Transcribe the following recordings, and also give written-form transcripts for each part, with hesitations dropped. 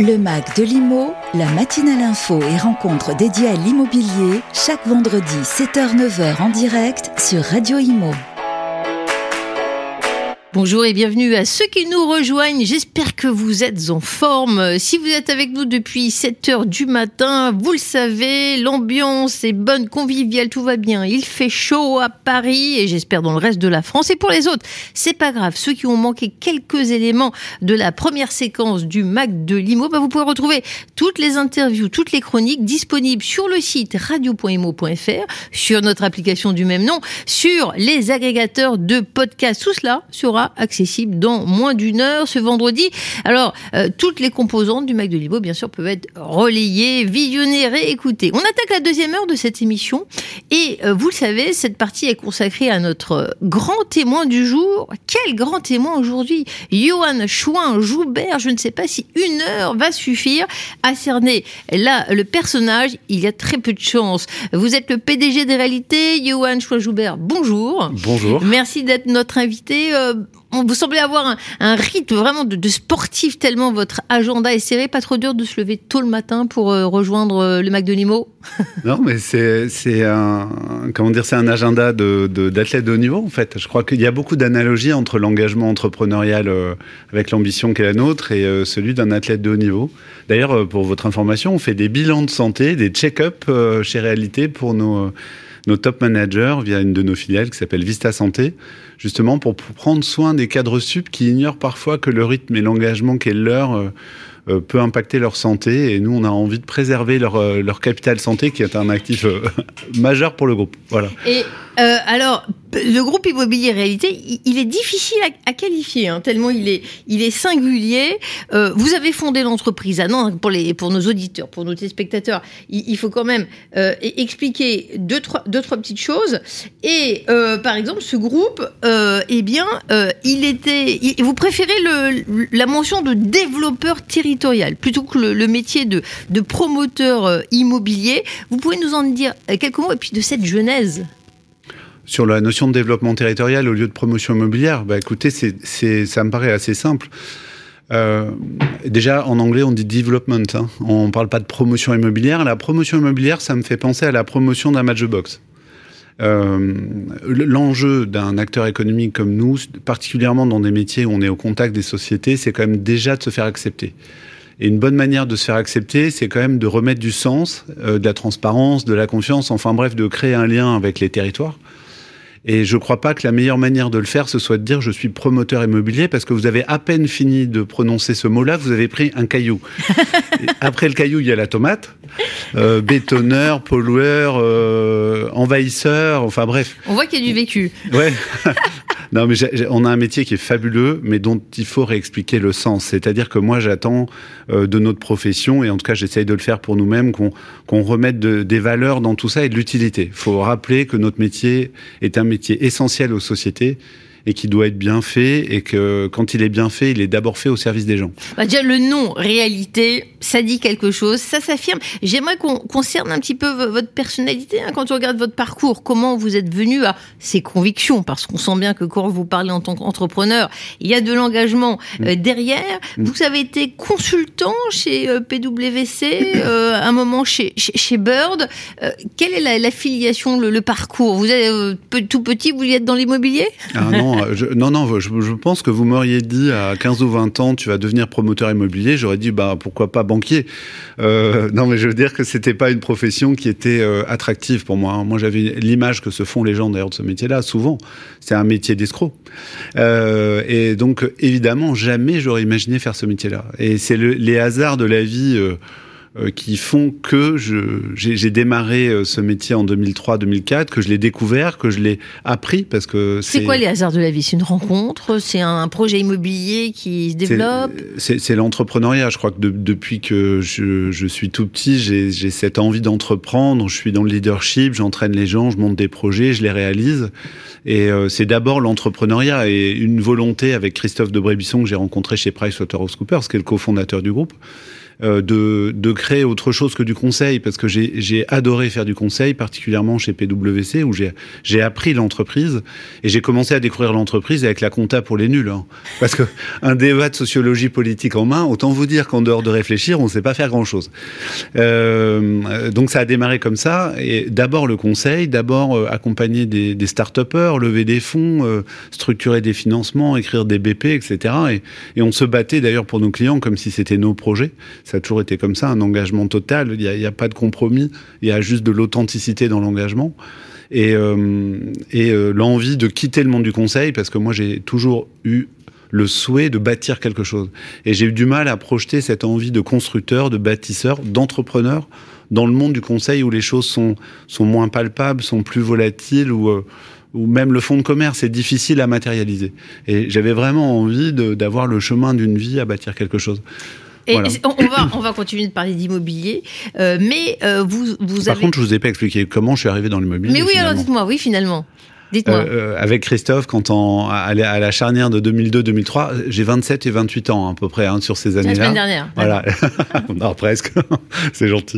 Le MAG de l'IMO, la matinale info et rencontre dédiée à l'immobilier, chaque vendredi 7h-9h en direct sur Radio Imo. Bonjour et bienvenue à ceux qui nous rejoignent. J'espère que vous êtes en forme. Si vous êtes avec nous depuis 7h du matin, vous le savez, l'ambiance est bonne, conviviale, tout va bien. Il fait chaud à Paris et j'espère dans le reste de la France. Et pour les autres, c'est pas grave. Ceux qui ont manqué quelques éléments de la première séquence du MAG de l'IMO, vous pouvez retrouver toutes les interviews, toutes les chroniques disponibles sur le site radio.imo.fr, sur notre application du même nom, sur les agrégateurs de podcasts. Tout cela sera accessible dans moins d'une heure ce vendredi. Alors, toutes les composantes du MAG de l'IMO, bien sûr, peuvent être relayées, visionnées, réécoutées. On attaque la deuxième heure de cette émission et vous le savez, cette partie est consacrée à notre grand témoin du jour. Quel grand témoin aujourd'hui? Johan Schouin-Joubert. Je ne sais pas si une heure va suffire à cerner là le personnage. Il y a très peu de chance. Vous êtes le PDG des Réalités, Johan Schouin-Joubert. Bonjour. Bonjour. Merci d'être notre invité. Vous semblez avoir un rythme vraiment de sportif tellement votre agenda est serré. Pas trop dur de se lever tôt le matin pour rejoindre le MAG de l'IMO? Non, mais c'est un agenda d'athlète de haut niveau, en fait. Je crois qu'il y a beaucoup d'analogies entre l'engagement entrepreneurial avec l'ambition qu'est la nôtre et celui d'un athlète de haut niveau. D'ailleurs, pour votre information, on fait des bilans de santé, des check-up chez Réalité pour nos top managers via une de nos filiales qui s'appelle Vista Santé, justement pour prendre soin des cadres sup qui ignorent parfois que le rythme et l'engagement qui est le leur peut impacter leur santé. Et nous, on a envie de préserver leur capital santé qui est un actif majeur pour le groupe. Voilà. Et alors, le groupe immobilier Réalité, il est difficile à qualifier, tellement il est singulier. Vous avez fondé l'entreprise à Nantes. Pour nos auditeurs, pour nos téléspectateurs, il faut quand même expliquer deux, trois petites choses. Et par exemple, ce groupe, vous préférez la mention de développeur territorial plutôt que le métier de promoteur immobilier. Vous pouvez nous en dire quelques mots et puis de cette genèse? Sur la notion de développement territorial au lieu de promotion immobilière, écoutez, ça me paraît assez simple. Déjà, en anglais, on dit development. On ne parle pas de promotion immobilière. La promotion immobilière, ça me fait penser à la promotion d'un match de boxe. L'enjeu d'un acteur économique comme nous, particulièrement dans des métiers où on est au contact des sociétés, c'est quand même déjà de se faire accepter. Et une bonne manière de se faire accepter, c'est quand même de remettre du sens, de la transparence, de la confiance, enfin bref, de créer un lien avec les territoires. Et je ne crois pas que la meilleure manière de le faire, ce soit de dire « je suis promoteur immobilier » parce que vous avez à peine fini de prononcer ce mot-là, vous avez pris un caillou. Après le caillou, il y a la tomate, bétonneur, pollueur, envahisseur, enfin bref. On voit qu'il y a du vécu. Ouais. Non, mais on a un métier qui est fabuleux, mais dont il faut réexpliquer le sens. C'est-à-dire que moi, j'attends de notre profession, et en tout cas, j'essaye de le faire pour nous-mêmes, qu'on remette des valeurs dans tout ça et de l'utilité. Il faut rappeler que notre métier est un métier essentiel aux sociétés et qui doit être bien fait, et que quand il est bien fait, il est d'abord fait au service des gens. Déjà, le nom Réalité, ça dit quelque chose, ça s'affirme. J'aimerais qu'on concerne un petit peu votre personnalité, quand on regarde votre parcours, comment vous êtes venu à ces convictions, parce qu'on sent bien que quand vous parlez en tant qu'entrepreneur, il y a de l'engagement derrière. Vous avez été consultant chez PwC, un moment chez Bird. Quelle est la filiation, le parcours? Vous êtes tout petit, vous y êtes dans l'immobilier? Non, je pense que vous m'auriez dit à 15 ou 20 ans, tu vas devenir promoteur immobilier. J'aurais dit, pourquoi pas banquier. Non, mais je veux dire que c'était pas une profession qui était attractive pour moi. Moi, j'avais l'image que se font les gens d'ailleurs de ce métier-là, souvent. C'est un métier d'escroc. Et donc, évidemment, jamais j'aurais imaginé faire ce métier-là. Et c'est les hasards de la vie qui font que j'ai démarré ce métier en 2003-2004, que je l'ai découvert, que je l'ai appris, parce que c'est quoi les hasards de la vie? C'est une rencontre? C'est un projet immobilier qui se développe? C'est l'entrepreneuriat. Je crois que depuis que je suis tout petit, j'ai cette envie d'entreprendre. Je suis dans le leadership, j'entraîne les gens, je monte des projets, je les réalise. Et c'est d'abord l'entrepreneuriat et une volonté avec Christophe Debré-Bisson que j'ai rencontré chez PricewaterhouseCoopers, qui est le cofondateur du groupe. de créer autre chose que du conseil, parce que j'ai adoré faire du conseil, particulièrement chez PwC, où j'ai appris l'entreprise, et j'ai commencé à découvrir l'entreprise avec la compta pour les nuls. Hein. Parce que un DEA de sociologie politique en main, autant vous dire qu'en dehors de réfléchir, on ne sait pas faire grand-chose. Donc ça a démarré comme ça, et d'abord le conseil, d'abord accompagner des start-upers, lever des fonds, structurer des financements, écrire des BP, etc. Et on se battait d'ailleurs pour nos clients comme si c'était nos projets. Ça a toujours été comme ça, un engagement total. Il n'y a pas de compromis, il y a juste de l'authenticité dans l'engagement. Et l'envie de quitter le monde du conseil, parce que moi j'ai toujours eu le souhait de bâtir quelque chose. Et j'ai eu du mal à projeter cette envie de constructeur, de bâtisseur, d'entrepreneur dans le monde du conseil où les choses sont moins palpables, sont plus volatiles, ou même le fonds de commerce est difficile à matérialiser. Et j'avais vraiment envie d'avoir le chemin d'une vie à bâtir quelque chose. Et voilà. on va continuer de parler d'immobilier, mais vous Par contre, je vous ai pas expliqué comment je suis arrivé dans l'immobilier. Mais oui, finalement. alors dites-moi, oui, finalement. Dites-moi. Avec Christophe, à la charnière de 2002-2003, j'ai 27 et 28 ans à peu près sur ces années-là. La semaine dernière. Voilà, non, presque, c'est gentil.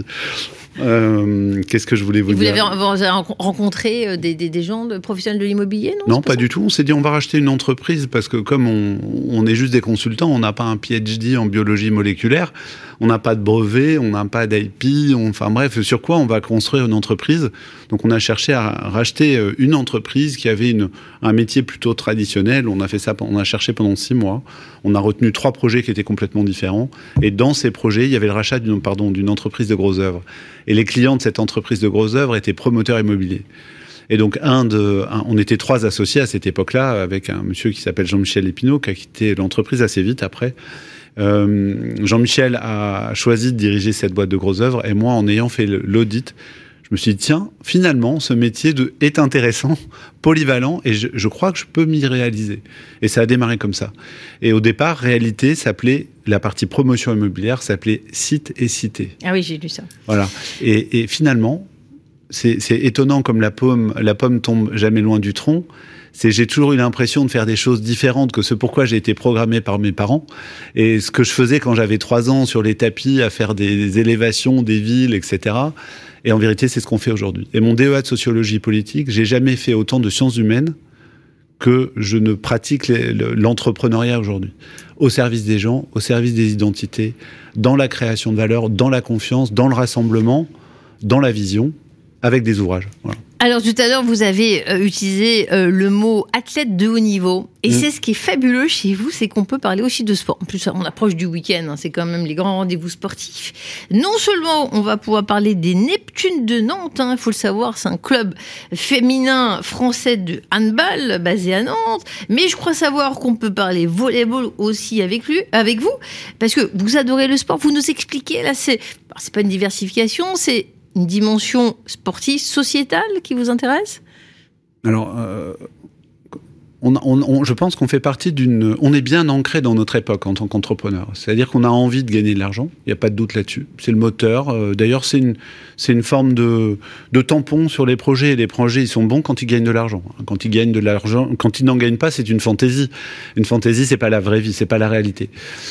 Qu'est-ce que je voulais vous dire ? Vous avez rencontré des gens professionnels de l'immobilier, non ? Non, pas du tout. On s'est dit on va racheter une entreprise parce que comme on est juste des consultants, on n'a pas un PhD en biologie moléculaire, on n'a pas de brevet, on n'a pas d'IP, enfin bref, sur quoi on va construire une entreprise ? Donc on a cherché à racheter une entreprise qui avait un métier plutôt traditionnel. On a fait ça, on a cherché pendant 6 mois. On a retenu 3 projets qui étaient complètement différents. Et dans ces projets, il y avait le rachat d'une entreprise de gros œuvres. Et les clients de cette entreprise de grosses œuvres étaient promoteurs immobiliers. Et donc, on était 3 associés à cette époque-là, avec un monsieur qui s'appelle Jean-Michel Epineau, qui a quitté l'entreprise assez vite après. Jean-Michel a choisi de diriger cette boîte de grosses œuvres, et moi, en ayant fait l'audit, je me suis dit, tiens, finalement, ce métier est intéressant, polyvalent, et je crois que je peux m'y réaliser. Et ça a démarré comme ça. Et au départ, Réalité s'appelait, la partie promotion immobilière s'appelait Site et Cité. Ah oui, j'ai lu ça. Voilà. Et finalement, c'est étonnant comme la pomme tombe jamais loin du tronc. J'ai toujours eu l'impression de faire des choses différentes que ce pourquoi j'ai été programmé par mes parents. Et ce que je faisais quand j'avais 3 ans sur les tapis à faire des élévations des villes, etc. Et en vérité, c'est ce qu'on fait aujourd'hui. Et mon DEA de sociologie politique, j'ai jamais fait autant de sciences humaines que je ne pratique l'entrepreneuriat aujourd'hui. Au service des gens, au service des identités, dans la création de valeur, dans la confiance, dans le rassemblement, dans la vision, avec des ouvrages. Voilà. Alors tout à l'heure, vous avez utilisé le mot athlète de haut niveau. Et c'est ce qui est fabuleux chez vous, c'est qu'on peut parler aussi de sport. En plus, on approche du week-end, hein, c'est quand même les grands rendez-vous sportifs. Non seulement on va pouvoir parler des Neptunes de Nantes, il faut le savoir, c'est un club féminin français de handball basé à Nantes. Mais je crois savoir qu'on peut parler volleyball aussi avec vous, parce que vous adorez le sport. Vous nous expliquez, là, c'est pas une diversification, c'est une dimension sportive, sociétale qui vous intéresse ? Alors, je pense qu'on fait partie on est bien ancré dans notre époque en tant qu'entrepreneur. C'est-à-dire qu'on a envie de gagner de l'argent. Il n'y a pas de doute là-dessus. C'est le moteur. D'ailleurs, c'est une forme de tampon sur les projets. Et les projets, ils sont bons quand ils gagnent de l'argent. Quand ils gagnent de l'argent, quand ils n'en gagnent pas, c'est une fantaisie. Une fantaisie, c'est pas la vraie vie, c'est pas la réalité.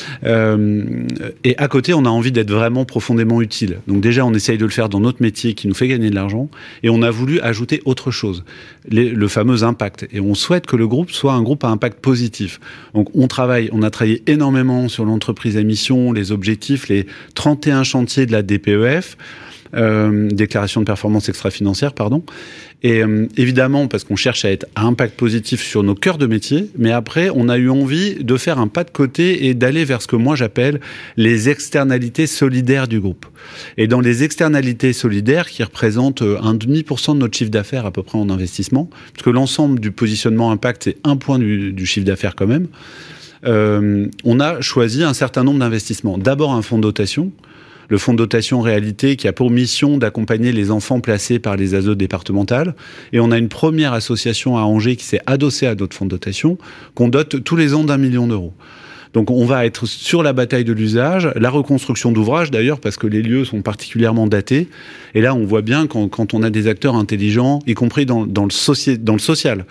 Et à côté, on a envie d'être vraiment profondément utile. Donc déjà, on essaye de le faire dans notre métier qui nous fait gagner de l'argent. Et on a voulu ajouter autre chose. Le fameux impact. Et on souhaite que le groupe soit un groupe à impact positif. Donc on a travaillé énormément sur l'entreprise à mission, les objectifs, les 31 chantiers de la DPEF, déclaration de performance extra-financière, pardon. Et évidemment, parce qu'on cherche à être à impact positif sur nos cœurs de métier, mais après, on a eu envie de faire un pas de côté et d'aller vers ce que moi j'appelle les externalités solidaires du groupe. Et dans les externalités solidaires, qui représentent 0,5% de notre chiffre d'affaires à peu près en investissement, parce que l'ensemble du positionnement impact, c'est 1 point du chiffre d'affaires quand même, on a choisi un certain nombre d'investissements. D'abord un fonds de dotation, le fonds de dotation Réalité qui a pour mission d'accompagner les enfants placés par les ASE départementales. Et on a une première association à Angers qui s'est adossée à d'autres fonds de dotation qu'on dote tous les ans d'1 million d'euros. Donc on va être sur la bataille de l'usage, la reconstruction d'ouvrages d'ailleurs, parce que les lieux sont particulièrement datés. Et là, on voit bien quand on a des acteurs intelligents, y compris dans le social,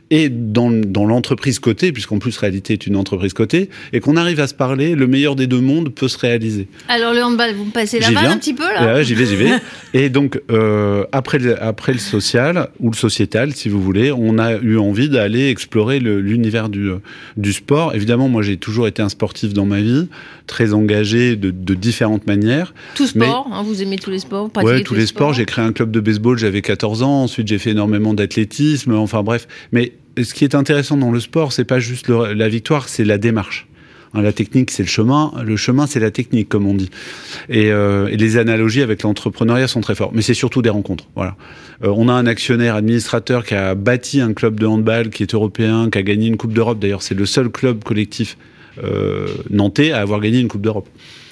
et dans l'entreprise cotée, puisqu'en plus Réalité est une entreprise cotée, et qu'on arrive à se parler, le meilleur des deux mondes peut se réaliser. Alors le handball, vous me passez la balle un petit peu là ? J'y vais. Et donc après le social ou le sociétal, si vous voulez, on a eu envie d'aller explorer l'univers du sport. Évidemment, moi j'ai toujours été un sportif dans ma vie, très engagé de différentes manières. Tout sport, vous aimez tous les sports, pratiquez tous les sports. J'ai créé un club de baseball, j'avais 14 ans. Ensuite, j'ai fait énormément d'athlétisme. Enfin bref. Mais ce qui est intéressant dans le sport, c'est pas juste la victoire, c'est la démarche. La technique, c'est le chemin. Le chemin, c'est la technique, comme on dit. Et les analogies avec l'entrepreneuriat sont très fortes. Mais c'est surtout des rencontres. Voilà. On a un actionnaire administrateur qui a bâti un club de handball qui est européen, qui a gagné une Coupe d'Europe. D'ailleurs, c'est le seul club collectif nantais à avoir gagné une Coupe d'Europe.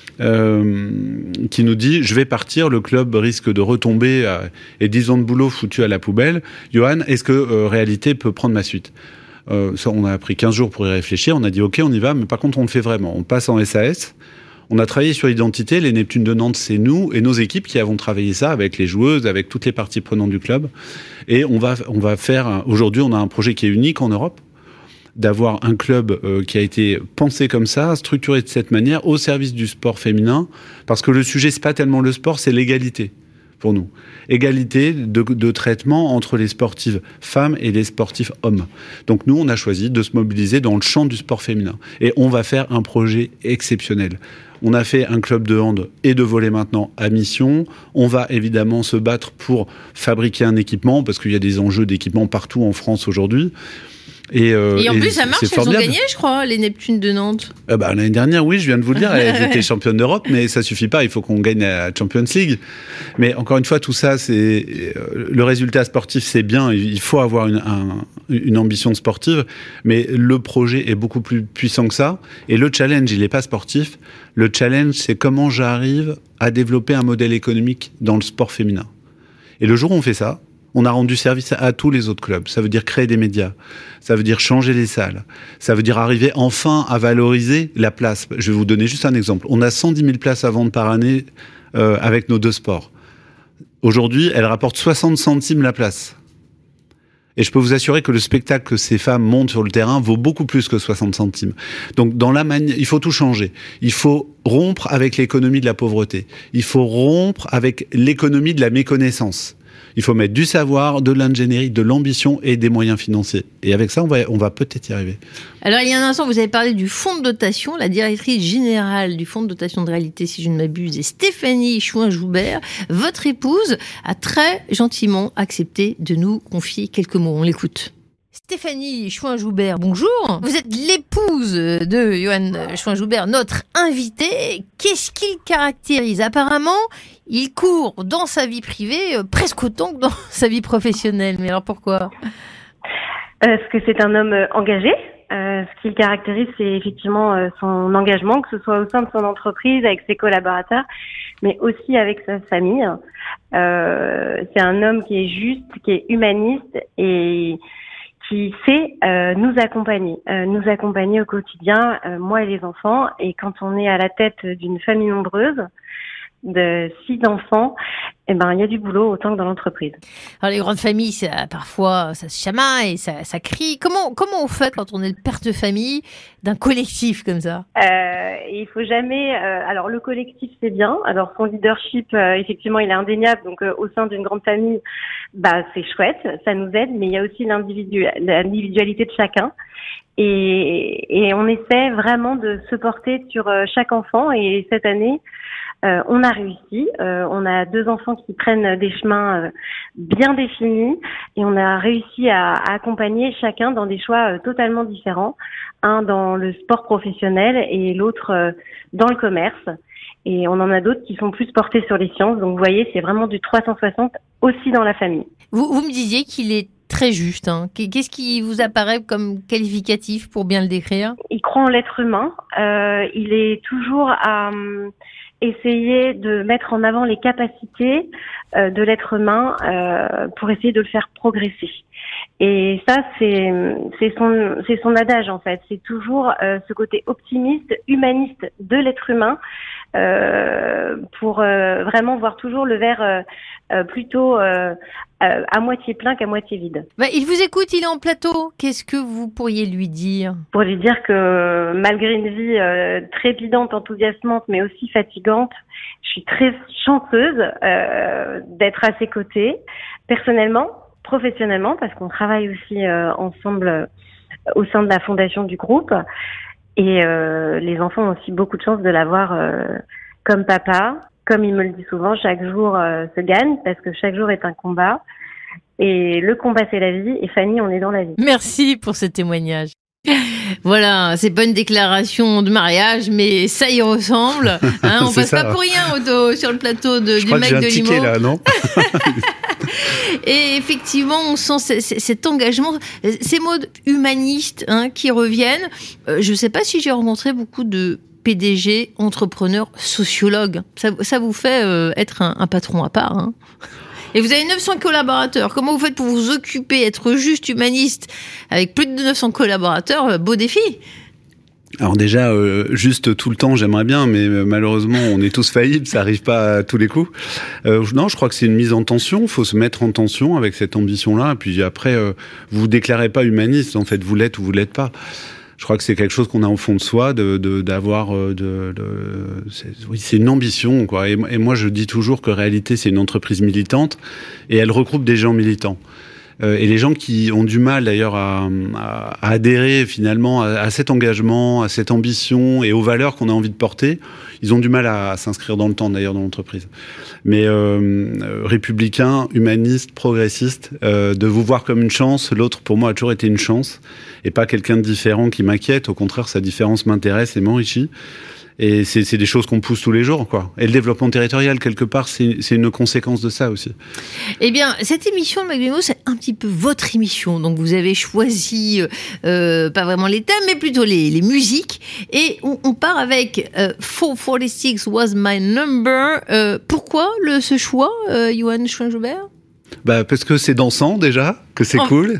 Qui nous dit, je vais partir, le club risque de retomber et 10 ans de boulot foutu à la poubelle. Johan, est-ce que Réalité peut prendre ma suite ? Ça, on a pris 15 jours pour y réfléchir, on a dit ok, on y va, mais par contre on le fait vraiment. On passe en SAS, on a travaillé sur l'identité, les Neptunes de Nantes, c'est nous et nos équipes qui avons travaillé ça avec les joueuses, avec toutes les parties prenantes du club. Et on va faire, aujourd'hui on a un projet qui est unique en Europe, d'avoir un club qui a été pensé comme ça, structuré de cette manière, au service du sport féminin, parce que le sujet, c'est pas tellement le sport, c'est l'égalité pour nous. Égalité de traitement entre les sportives femmes et les sportifs hommes. Donc nous, on a choisi de se mobiliser dans le champ du sport féminin. Et on va faire un projet exceptionnel. On a fait un club de hand et de volley maintenant à mission. On va évidemment se battre pour fabriquer un équipement, parce qu'il y a des enjeux d'équipement partout en France aujourd'hui. Et en plus, ça marche, elles ont gagné, je crois, les Neptunes de Nantes. L'année dernière, oui, je viens de vous le dire, elles étaient championnes d'Europe, mais ça suffit pas, il faut qu'on gagne la Champions League. Mais encore une fois, tout ça, c'est le résultat sportif, c'est bien, il faut avoir une ambition sportive, mais le projet est beaucoup plus puissant que ça, et le challenge, il n'est pas sportif. Le challenge, c'est comment j'arrive à développer un modèle économique dans le sport féminin. Et le jour où on fait ça, on a rendu service à tous les autres clubs. Ça veut dire créer des médias. Ça veut dire changer les salles. Ça veut dire arriver enfin à valoriser la place. Je vais vous donner juste un exemple. On a 110 000 places à vendre par année avec nos deux sports. Aujourd'hui, elles rapportent 60 centimes la place. Et je peux vous assurer que le spectacle que ces femmes montent sur le terrain vaut beaucoup plus que 60 centimes. Donc, il faut tout changer. Il faut rompre avec l'économie de la pauvreté. Il faut rompre avec l'économie de la méconnaissance. Il faut mettre du savoir, de l'ingénierie, de l'ambition et des moyens financiers. Et avec ça, on va peut-être y arriver. Alors, il y a un instant, vous avez parlé du fonds de dotation. La directrice générale du fonds de dotation de Réalité, si je ne m'abuse, est Stéphanie Chouin-Joubert. Votre épouse a très gentiment accepté de nous confier quelques mots. On l'écoute. Stéphanie Chouin-Joubert, bonjour. Vous êtes l'épouse de Johan Chouin-Joubert, notre invité. Qu'est-ce qu'il caractérise ? Apparemment, il court dans sa vie privée presque autant que dans sa vie professionnelle. Mais alors pourquoi ? Parce que c'est un homme engagé. Ce qui le caractérise, c'est effectivement son engagement, que ce soit au sein de son entreprise, avec ses collaborateurs, mais aussi avec sa famille. C'est un homme qui est juste, qui est humaniste et qui sait nous accompagner au quotidien, moi et les enfants. Et quand on est à la tête d'une famille nombreuse, de 6 enfants, il y a du boulot autant que dans l'entreprise. Alors les grandes familles, parfois ça se chamaille, ça crie. Comment on fait quand on est le père de famille d'un collectif comme ça ? Il faut jamais. Alors le collectif c'est bien. Alors son leadership, effectivement, il est indéniable. Donc au sein d'une grande famille, c'est chouette, ça nous aide. Mais il y a aussi l'individualité de chacun. Et on essaie vraiment de se porter sur chaque enfant. Et cette année, on a réussi. On a 2 enfants qui prennent des chemins bien définis et on a réussi à accompagner chacun dans des choix totalement différents. Un dans le sport professionnel et l'autre dans le commerce. Et on en a d'autres qui sont plus portés sur les sciences. Donc vous voyez, c'est vraiment du 360 aussi dans la famille. Vous me disiez qu'il est très juste. Qu'est-ce qui vous apparaît comme qualificatif pour bien le décrire ? Il croit en l'être humain. Il est toujours à essayer de mettre en avant les capacités de l'être humain pour essayer de le faire progresser. Et ça, c'est son adage en fait. C'est toujours ce côté optimiste, humaniste de l'être humain, pour vraiment voir toujours le verre plutôt à moitié plein qu'à moitié vide. Il vous écoute, il est en plateau. Qu'est-ce que vous pourriez lui dire ? Pour lui dire que malgré une vie trépidante, enthousiasmante, mais aussi fatigante, je suis très chanceuse d'être à ses côtés, personnellement, professionnellement, parce qu'on travaille aussi ensemble au sein de la fondation du groupe. Et les enfants ont aussi beaucoup de chance de l'avoir comme papa. Comme il me le dit souvent, chaque jour se gagne, parce que chaque jour est un combat. Et le combat, c'est la vie. Et Fanny, on est dans la vie. Merci pour ce témoignage. Voilà, c'est pas une déclaration de mariage, mais ça y ressemble. Hein, on passe pas pour rien sur le plateau du Mac de Limo. Je crois que j'ai un ticket là, non ? Et effectivement, on sent cet engagement, ces mots humanistes qui reviennent. Je sais pas si j'ai rencontré beaucoup de PDG, entrepreneurs, sociologues. Ça vous fait être un patron à part, hein. Et vous avez 900 collaborateurs. Comment vous faites pour vous occuper, être juste humaniste avec plus de 900 collaborateurs ? Beau défi. Alors déjà, juste tout le temps, j'aimerais bien, mais malheureusement, on est tous faillibles, ça arrive pas à tous les coups. Non, je crois que c'est une mise en tension, faut se mettre en tension avec cette ambition-là, et puis après, vous vous déclarez pas humaniste, en fait, vous l'êtes ou vous l'êtes pas. Je crois que c'est quelque chose qu'on a au fond de soi, d'avoir, c'est une ambition, quoi. Et moi, je dis toujours que réalité, c'est une entreprise militante, et elle regroupe des gens militants. Et les gens qui ont du mal d'ailleurs à adhérer finalement à cet engagement, à cette ambition et aux valeurs qu'on a envie de porter, ils ont du mal à s'inscrire dans le temps d'ailleurs dans l'entreprise. Mais républicain, humaniste, progressiste, de vous voir comme une chance, l'autre pour moi a toujours été une chance et pas quelqu'un de différent qui m'inquiète. Au contraire, sa différence m'intéresse et m'enrichit. Et c'est des choses qu'on pousse tous les jours, quoi. Et le développement territorial, quelque part, c'est une conséquence de ça aussi. Eh bien, cette émission, Mac de Limo, c'est un petit peu votre émission. Donc, vous avez choisi, pas vraiment les thèmes, mais plutôt les musiques. Et on part avec 446 Was My Number. Pourquoi ce choix, Johan Schweinjoubert ? Parce que c'est dansant, déjà, que c'est cool.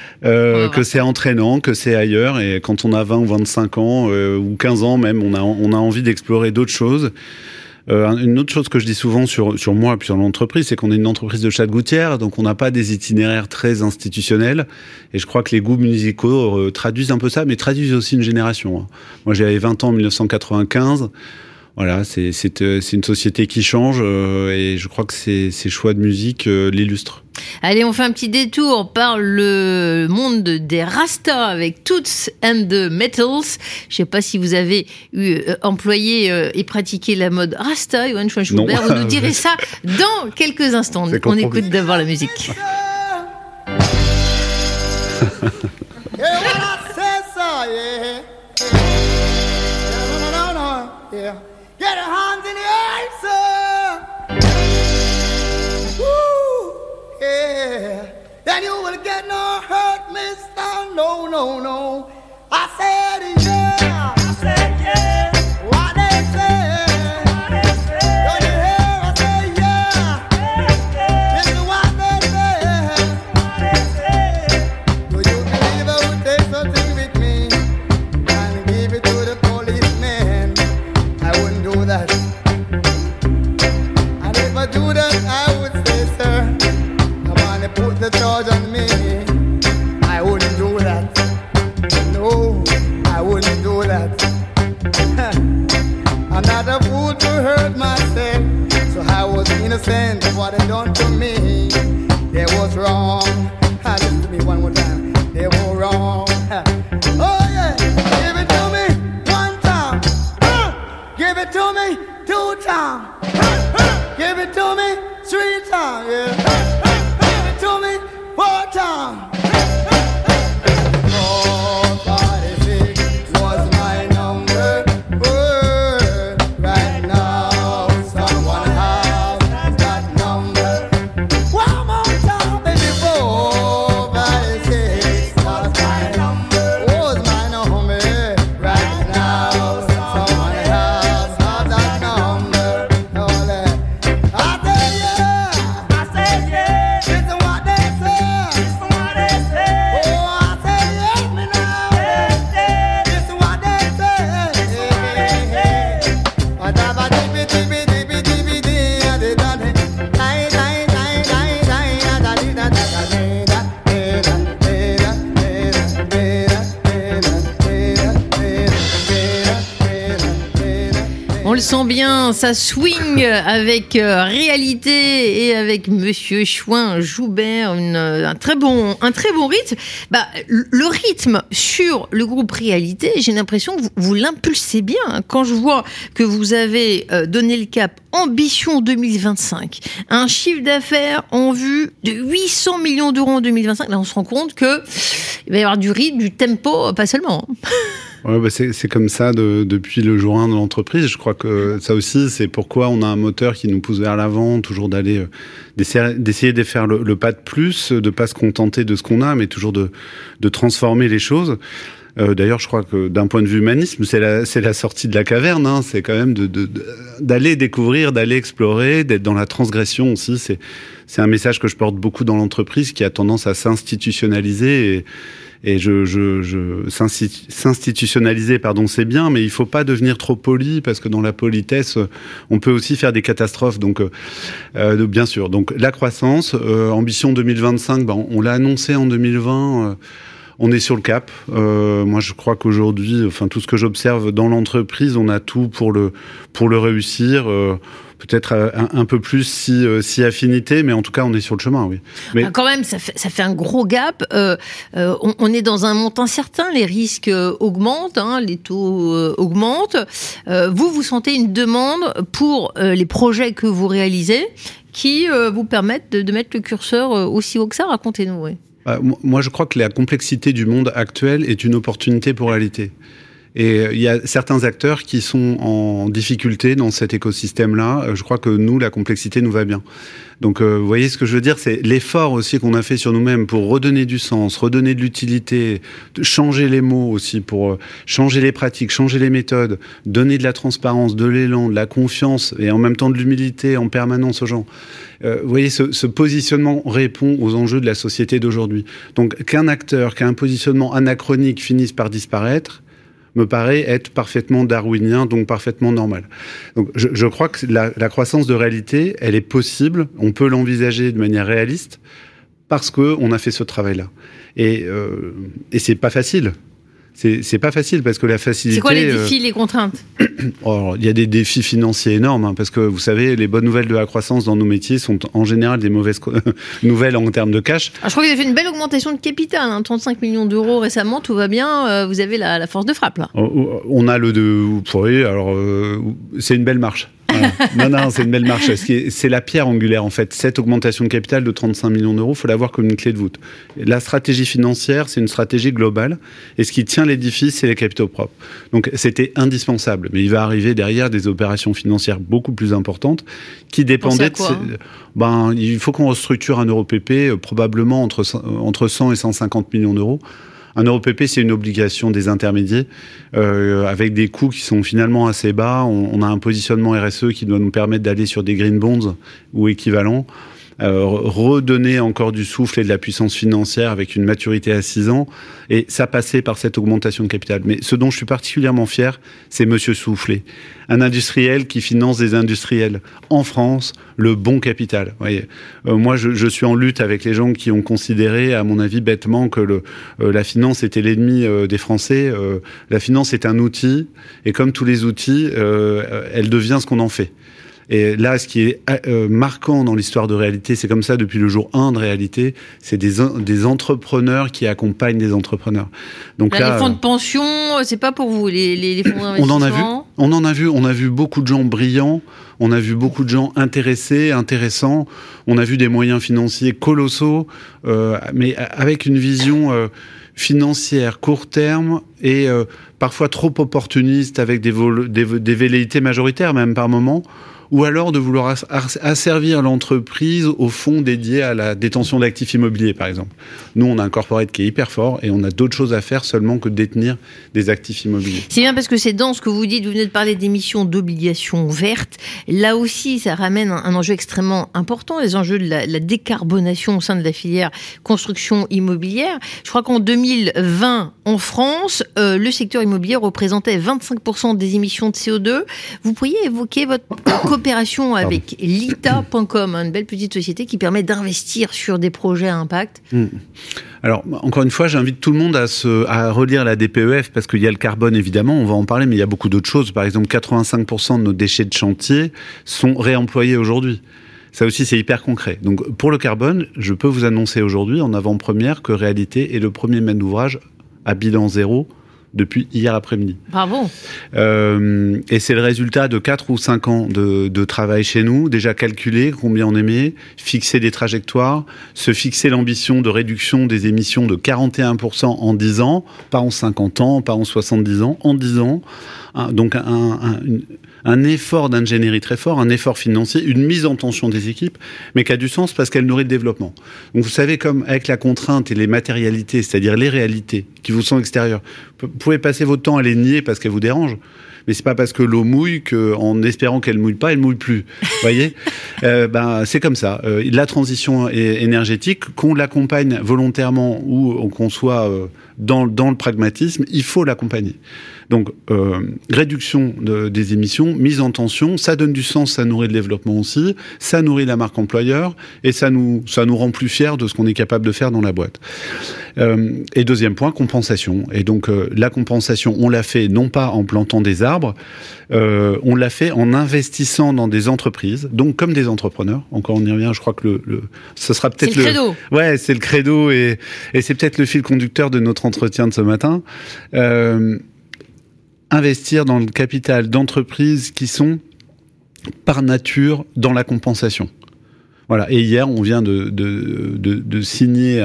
Que c'est entraînant, que c'est ailleurs, et quand on a 20 ou 25 ans, ou 15 ans même, on a envie d'explorer d'autres choses. Une autre chose que je dis souvent sur moi et puis sur l'entreprise, c'est qu'on est une entreprise de chat de gouttière, donc on n'a pas des itinéraires très institutionnels, et je crois que les goûts musicaux traduisent un peu ça, mais traduisent aussi une génération, hein. Moi j'avais 20 ans en 1995, voilà, c'est une société qui change, et je crois que ces choix de musique l'illustrent. Allez, on fait un petit détour par le monde des Rastas avec Toots and the Metals. Je sais pas si vous avez employé et pratiqué la mode Rasta, Johan Schweinjoubert. Vous nous direz ça dans quelques instants. On écoute d'abord la musique. Get your hands in the air, sir. Woo, yeah. Then you will get no hurt, mister. No, no, no. I said yeah. I said yeah. What they say? Don't you hear? I say yeah. This is what they say. Do you believe I would take something with me and give it to the policeman? I wouldn't do that. And if I do that, I would say, sir, come on and put the charge on me. I wouldn't do that. No, I wouldn't do that. I'm not a fool to hurt myself, so I was innocent of what they done to me. They was wrong. Listen to me one more time. They were wrong. Oh yeah, give it to me one time. Give it to me 2 times. Give it to me 3 times. Yeah. Give it to me 4 times. 446 was my number. Right now, someone has that number. One more time, baby. 456 was my number. Was my number. Right now, someone has that number. I said yeah. I said yeah. On le sent bien, ça swing avec Réalité et avec Monsieur Chouin-Joubert, un très bon rythme. Le rythme sur le groupe Réalité, j'ai l'impression que vous l'impulsez bien. Quand je vois que vous avez donné le cap Ambition 2025, un chiffre d'affaires en vue de 800 millions d'euros en 2025, là on se rend compte qu'il va y avoir du rythme, du tempo, pas seulement. Ouais, c'est comme ça depuis le jour 1 de l'entreprise. Je crois que ça aussi, c'est pourquoi on a un moteur qui nous pousse vers l'avant, toujours d'essayer de faire le pas de plus, de pas se contenter de ce qu'on a, mais toujours de transformer les choses. D'ailleurs, je crois que d'un point de vue humanisme, c'est la sortie de la caverne. Hein. C'est quand même d'aller découvrir, d'aller explorer, d'être dans la transgression aussi. C'est un message que je porte beaucoup dans l'entreprise qui a tendance à s'institutionnaliser et s'institutionnaliser, c'est bien, mais il faut pas devenir trop poli parce que dans la politesse, on peut aussi faire des catastrophes. Donc, bien sûr. Donc, la croissance, ambition 2025, on l'a annoncé en 2020. On est sur le cap. Moi, je crois qu'aujourd'hui, tout ce que j'observe dans l'entreprise, on a tout pour le réussir. Peut-être un peu plus si affinité, mais en tout cas, on est sur le chemin, oui. Mais quand même, ça fait un gros gap. On est dans un monde incertain. Les risques augmentent, les taux augmentent. Vous sentez une demande pour les projets que vous réalisez qui vous permettent de mettre le curseur aussi haut que ça. Racontez-nous, oui. Moi, je crois que la complexité du monde actuel est une opportunité pour Réalité. Et il y a certains acteurs qui sont en difficulté dans cet écosystème-là. Je crois que nous, la complexité nous va bien. Donc, vous voyez ce que je veux dire, c'est l'effort aussi qu'on a fait sur nous-mêmes pour redonner du sens, redonner de l'utilité, changer les mots aussi, pour changer les pratiques, changer les méthodes, donner de la transparence, de l'élan, de la confiance et en même temps de l'humilité en permanence aux gens. Vous voyez, ce positionnement répond aux enjeux de la société d'aujourd'hui. Donc, qu'un acteur, qu'un positionnement anachronique finisse par disparaître, me paraît être parfaitement darwinien, donc parfaitement normal. Donc, je crois que la croissance de Réalité, elle est possible, on peut l'envisager de manière réaliste, parce qu'on a fait ce travail-là. Et c'est pas facile. C'est pas facile parce que la facilité... C'est quoi les défis, les contraintes ? Il y a des défis financiers énormes, parce que vous savez, les bonnes nouvelles de la croissance dans nos métiers sont en général des mauvaises nouvelles en termes de cash. Alors, je crois que vous avez fait une belle augmentation de capital, 35 millions d'euros récemment, tout va bien, vous avez la force de frappe là. On a c'est une belle marche. Non, c'est une belle marche. C'est la pierre angulaire, en fait. Cette augmentation de capital de 35 millions d'euros, il faut la voir comme une clé de voûte. La stratégie financière, c'est une stratégie globale. Et ce qui tient l'édifice, c'est les capitaux propres. Donc, c'était indispensable. Mais il va arriver derrière des opérations financières beaucoup plus importantes qui dépendaient de... il faut qu'on restructure un EuroPP probablement entre 100 et 150 millions d'euros. Un EuroPP, c'est une obligation des intermédiaires avec des coûts qui sont finalement assez bas. On a un positionnement RSE qui doit nous permettre d'aller sur des green bonds ou équivalents. Redonner encore du souffle et de la puissance financière avec une maturité à 6 ans. Et ça passait par cette augmentation de capital. Mais ce dont je suis particulièrement fier, c'est Monsieur Soufflet. Un industriel qui finance des industriels. En France, le bon capital. Vous voyez, moi, je suis en lutte avec les gens qui ont considéré, à mon avis, bêtement, que la finance était l'ennemi des Français. La finance est un outil. Et comme tous les outils, elle devient ce qu'on en fait. Et là, ce qui est marquant dans l'histoire de Réalité, c'est comme ça depuis le jour 1 de Réalité, c'est des entrepreneurs qui accompagnent des entrepreneurs. Donc là, les fonds de pension, c'est pas pour vous, les fonds d'investissement. On a vu beaucoup de gens brillants, on a vu beaucoup de gens intéressants, on a vu des moyens financiers colossaux, mais avec une vision financière court terme et parfois trop opportuniste, avec des velléités majoritaires même par moment, ou alors de vouloir asservir l'entreprise au fonds dédié à la détention d'actifs immobiliers, par exemple. Nous, on a un corporate qui est hyper fort et on a d'autres choses à faire seulement que de détenir des actifs immobiliers. C'est bien parce que c'est dans ce que vous dites, vous venez de parler d'émissions d'obligations vertes. Là aussi, ça ramène un enjeu extrêmement important, les enjeux de la décarbonation au sein de la filière construction immobilière. Je crois qu'en 2020, en France, le secteur immobilier représentait 25% des émissions de CO2. Vous pourriez évoquer votre coopération avec Lita.com, une belle petite société qui permet d'investir sur des projets à impact. Alors, encore une fois, j'invite tout le monde à relire la DPEF parce qu'il y a le carbone, évidemment, on va en parler, mais il y a beaucoup d'autres choses. Par exemple, 85% de nos déchets de chantier sont réemployés aujourd'hui. Ça aussi, c'est hyper concret. Donc, pour le carbone, je peux vous annoncer aujourd'hui, en avant-première, que Réalité est le premier maître d'ouvrage à bilan zéro depuis hier après-midi. Bravo. Et c'est le résultat de 4 ou 5 ans de travail chez nous, déjà calculé combien on émet, fixer des trajectoires, se fixer l'ambition de réduction des émissions de 41% en 10 ans, pas en 50 ans, pas en 70 ans, en 10 ans. Donc un effort d'ingénierie très fort, un effort financier, une mise en tension des équipes, mais qui a du sens parce qu'elle nourrit le développement. Donc vous savez, comme avec la contrainte et les matérialités, c'est-à-dire les réalités qui vous sont extérieures, vous pouvez passer votre temps à les nier parce qu'elles vous dérangent, mais c'est pas parce que l'eau mouille qu'en espérant qu'elle mouille pas, elle mouille plus. Vous voyez, c'est comme ça. La transition énergétique, qu'on l'accompagne volontairement ou qu'on soit dans le pragmatisme, il faut l'accompagner. Donc, réduction des émissions, mise en tension, ça donne du sens, ça nourrit le développement aussi, ça nourrit la marque employeur et ça nous rend plus fiers de ce qu'on est capable de faire dans la boîte. Et deuxième point, compensation. Et donc, la compensation, on l'a fait non pas en plantant des arbres, on l'a fait en investissant dans des entreprises, donc comme des entrepreneurs. Encore, on y revient, je crois que ce sera peut-être c'est le credo. Ouais, c'est le credo et c'est peut-être le fil conducteur de notre entretien de ce matin. Investir dans le capital d'entreprises qui sont par nature dans la compensation. Voilà. Et hier, on vient de signer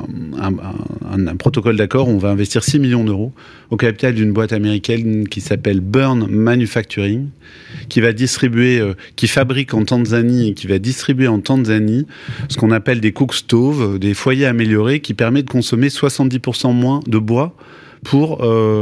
un protocole d'accord où on va investir 6 millions d'euros au capital d'une boîte américaine qui s'appelle Burn Manufacturing, qui va distribuer, qui fabrique en Tanzanie et qui va distribuer en Tanzanie ce qu'on appelle des cook stoves, des foyers améliorés qui permettent de consommer 70% moins de bois pour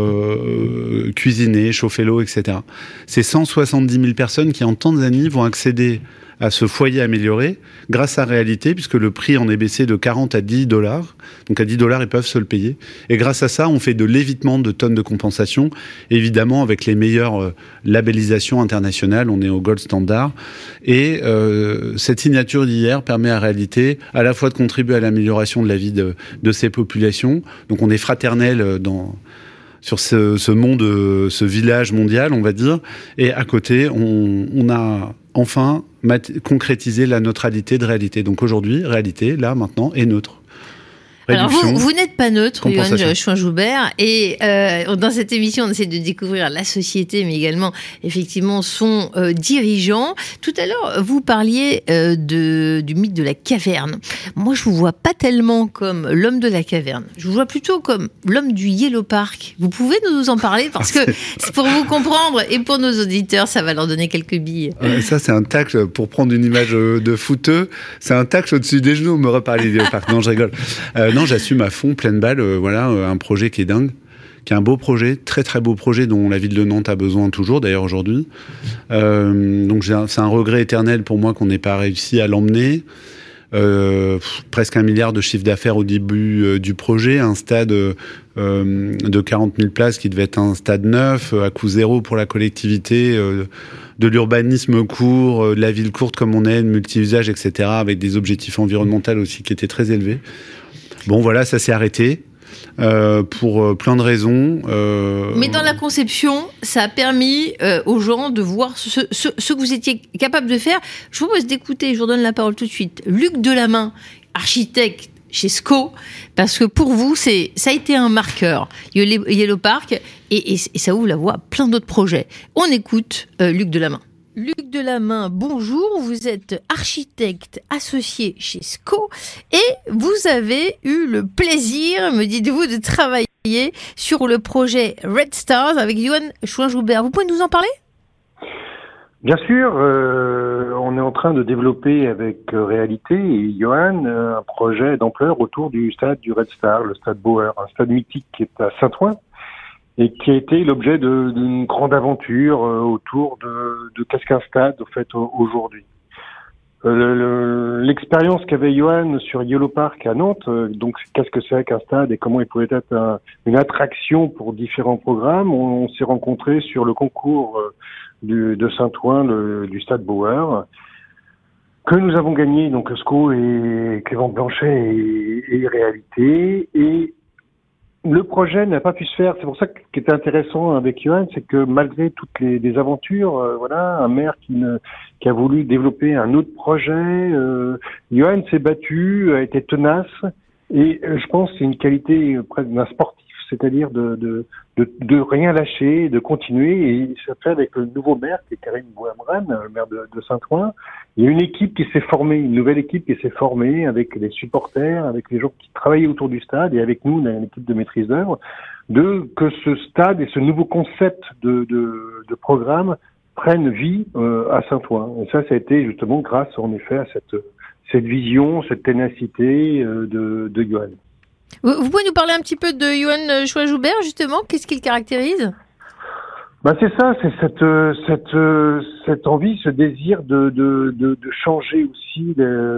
cuisiner, chauffer l'eau, etc. C'est 170 000 personnes qui, en Tanzanie, vont accéder à ce foyer amélioré grâce à Réalité, puisque le prix en est baissé de 40 à 10 $. Donc à 10 $, ils peuvent se le payer. Et grâce à ça, on fait de l'évitement de tonnes de compensation, évidemment avec les meilleures labellisations internationales. On est au gold standard. Et cette signature d'hier permet à Réalité à la fois de contribuer à l'amélioration de la vie de ces populations. Donc on est fraternel sur ce monde, ce village mondial, on va dire. Et à côté, on a enfin concrétisé la neutralité de Réalité. Donc aujourd'hui, Réalité, là, maintenant, est neutre. Alors vous n'êtes pas neutre, Yoann Chouin-Joubert, et dans cette émission on essaie de découvrir la société, mais également effectivement son dirigeant. Tout à l'heure vous parliez du mythe de la caverne. Moi je vous vois pas tellement comme l'homme de la caverne, je vous vois plutôt comme l'homme du Yellow Park. Vous pouvez nous en parler parce que c'est pour vous comprendre et pour nos auditeurs ça va leur donner quelques billes. Ça c'est un tacle, pour prendre une image de footeux, c'est un tacle au-dessus des genoux, me reparler du Yellow Park. Non, je rigole. Non, j'assume à fond, pleine balle, un projet qui est dingue, qui est un beau projet, très très beau projet dont la ville de Nantes a besoin toujours, d'ailleurs aujourd'hui. Donc c'est un regret éternel pour moi qu'on n'ait pas réussi à l'emmener. Presque 1 milliard de chiffre d'affaires au début du projet, un stade de 40 000 places qui devait être un stade neuf, à coût zéro pour la collectivité, de l'urbanisme court, de la ville courte comme on est, de multi-usage, etc., avec des objectifs environnementaux aussi qui étaient très élevés. Bon, voilà, ça s'est arrêté pour plein de raisons. Mais dans la conception, ça a permis aux gens de voir ce que vous étiez capable de faire. Je vous propose d'écouter, je vous donne la parole tout de suite, Luc Delamain, architecte chez SCO, parce que pour vous, ça a été un marqueur, Yellow Park, et ça ouvre la voie à plein d'autres projets. On écoute Luc Delamain. Luc Delamain, bonjour, vous êtes architecte associé chez SCO et vous avez eu le plaisir, me dites-vous, de travailler sur le projet Red Stars avec Yoann Chouin-Joubert. Vous pouvez nous en parler ? Bien sûr, on est en train de développer avec Réalité et Yoann un projet d'ampleur autour du stade du Red Star, le stade Bauer, un stade mythique qui est à Saint-Ouen, et qui a été l'objet d'une grande aventure autour de qu'est-ce qu'un stade au fait aujourd'hui. L'expérience qu'avait Yoann sur Yellow Park à Nantes, donc qu'est-ce que c'est qu'un stade et comment il pouvait être une attraction pour différents programmes, on s'est rencontrés sur le concours de Saint-Ouen, du stade Bauer. que nous avons gagné, donc SCO et Clément Blanchet et Réalité. Et le projet n'a pas pu se faire. C'est pour ça que ce qui était intéressant avec Johan, c'est que malgré toutes les aventures, un maire qui a voulu développer un autre projet, Johan s'est battu, a été tenace, et je pense que c'est une qualité presque d'un sportif, c'est-à-dire de rien lâcher, de continuer, et ça fait avec le nouveau maire qui est Karim Bouhamran, le maire de Saint-Ouen. Il y a une équipe qui s'est formée, une nouvelle équipe qui s'est formée avec les supporters, avec les gens qui travaillaient autour du stade, et avec nous, on a une équipe de maîtrise d'œuvre, que ce stade et ce nouveau concept de programme prennent vie à Saint-Ouen. Et ça a été justement grâce, en effet, à cette vision, cette ténacité de Johan. Vous pouvez nous parler un petit peu de Johan Choix-Joubert, justement? Qu'est-ce qu'il caractérise? C'est ça, c'est cette envie, ce désir de changer aussi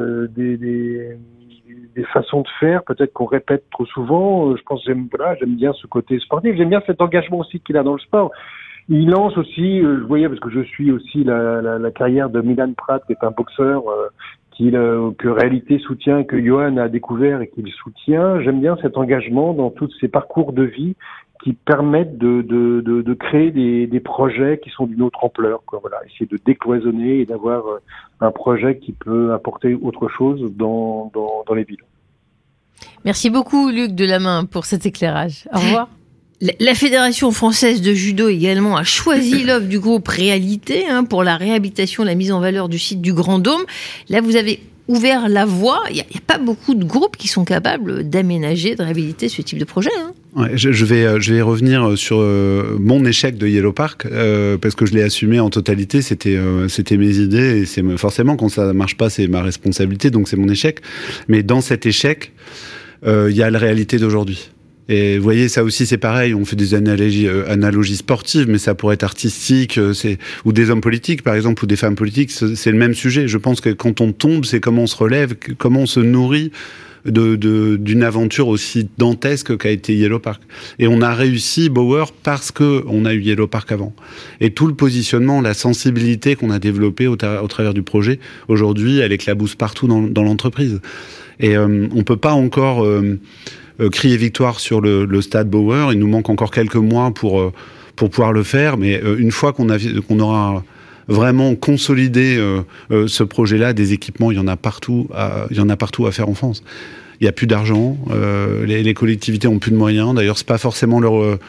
des façons de faire, peut-être qu'on répète trop souvent. Je pense que j'aime bien ce côté sportif, j'aime bien cet engagement aussi qu'il a dans le sport. Il lance aussi, je voyais, parce que je suis aussi la carrière de Milan Prat, qui est un boxeur que Réalité soutient, que Johan a découvert et qu'il soutient. J'aime bien cet engagement dans tous ces parcours de vie qui permettent de créer des projets qui sont d'une autre ampleur, quoi. Voilà, essayer de décloisonner et d'avoir un projet qui peut apporter autre chose dans les villes. Merci beaucoup, Luc Delamain, pour cet éclairage. Au revoir. La Fédération française de judo également a choisi l'offre du groupe Réalité pour la réhabilitation, la mise en valeur du site du Grand Dôme. Là, vous avez ouvert la voie. Il n'y a pas beaucoup de groupes qui sont capables d'aménager, de réhabiliter ce type de projet. Ouais, je vais revenir sur mon échec de Yellow Park, parce que je l'ai assumé en totalité. C'était mes idées, et forcément, quand ça marche pas, c'est ma responsabilité, donc c'est mon échec. Mais dans cet échec, il y a la réalité d'aujourd'hui. Et vous voyez, ça aussi c'est pareil, on fait des analogies sportives, mais ça pourrait être artistique, ou des hommes politiques par exemple, ou des femmes politiques, c'est le même sujet. Je pense que quand on tombe, c'est comment on se relève, comment on se nourrit d'une aventure aussi dantesque qu'a été Yellow Park. Et on a réussi Bauer parce que on a eu Yellow Park avant. Et tout le positionnement, la sensibilité qu'on a développée au travers du projet, aujourd'hui, elle éclabousse partout dans l'entreprise. Et on peut pas encore crier victoire sur le stade Bauer. Il nous manque encore quelques mois pour pouvoir le faire, mais une fois qu'on aura vraiment consolidé ce projet-là, des équipements, il y en a partout à faire en France. Il n'y a plus d'argent, les collectivités ont plus de moyens. D'ailleurs, c'est pas forcément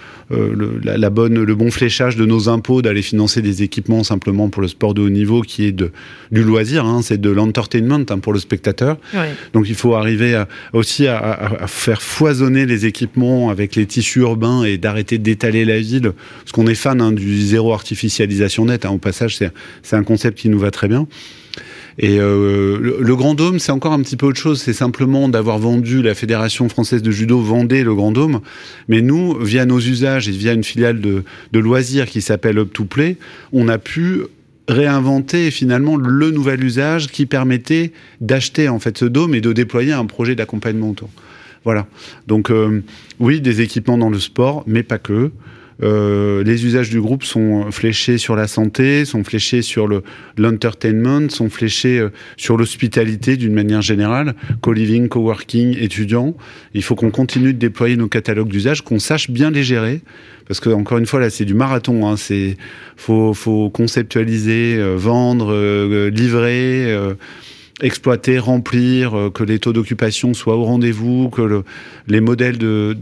le bon fléchage de nos impôts d'aller financer des équipements simplement pour le sport de haut niveau, qui est du loisir, c'est de l'entertainment pour le spectateur. Ouais. Donc il faut arriver aussi à faire foisonner les équipements avec les tissus urbains et d'arrêter d'étaler la ville, parce qu'on est fan du zéro artificialisation nette. Au passage, c'est un concept qui nous va très bien. Et le Grand Dôme, c'est encore un petit peu autre chose. C'est simplement d'avoir vendu, la Fédération française de judo vendait le Grand Dôme. Mais nous, via nos usages et via une filiale de loisirs qui s'appelle Up to Play, on a pu réinventer finalement le nouvel usage qui permettait d'acheter en fait ce dôme et de déployer un projet d'accompagnement autour. Voilà. Donc oui, des équipements dans le sport, mais pas que. Les usages du groupe sont fléchés sur la santé, sont fléchés sur l'entertainment, sont fléchés sur l'hospitalité d'une manière générale, co-living, co-working, étudiants. Il faut qu'on continue de déployer nos catalogues d'usages, qu'on sache bien les gérer, parce que encore une fois là c'est du marathon. Faut conceptualiser, vendre, livrer. Exploiter, remplir, que les taux d'occupation soient au rendez-vous, que les modèles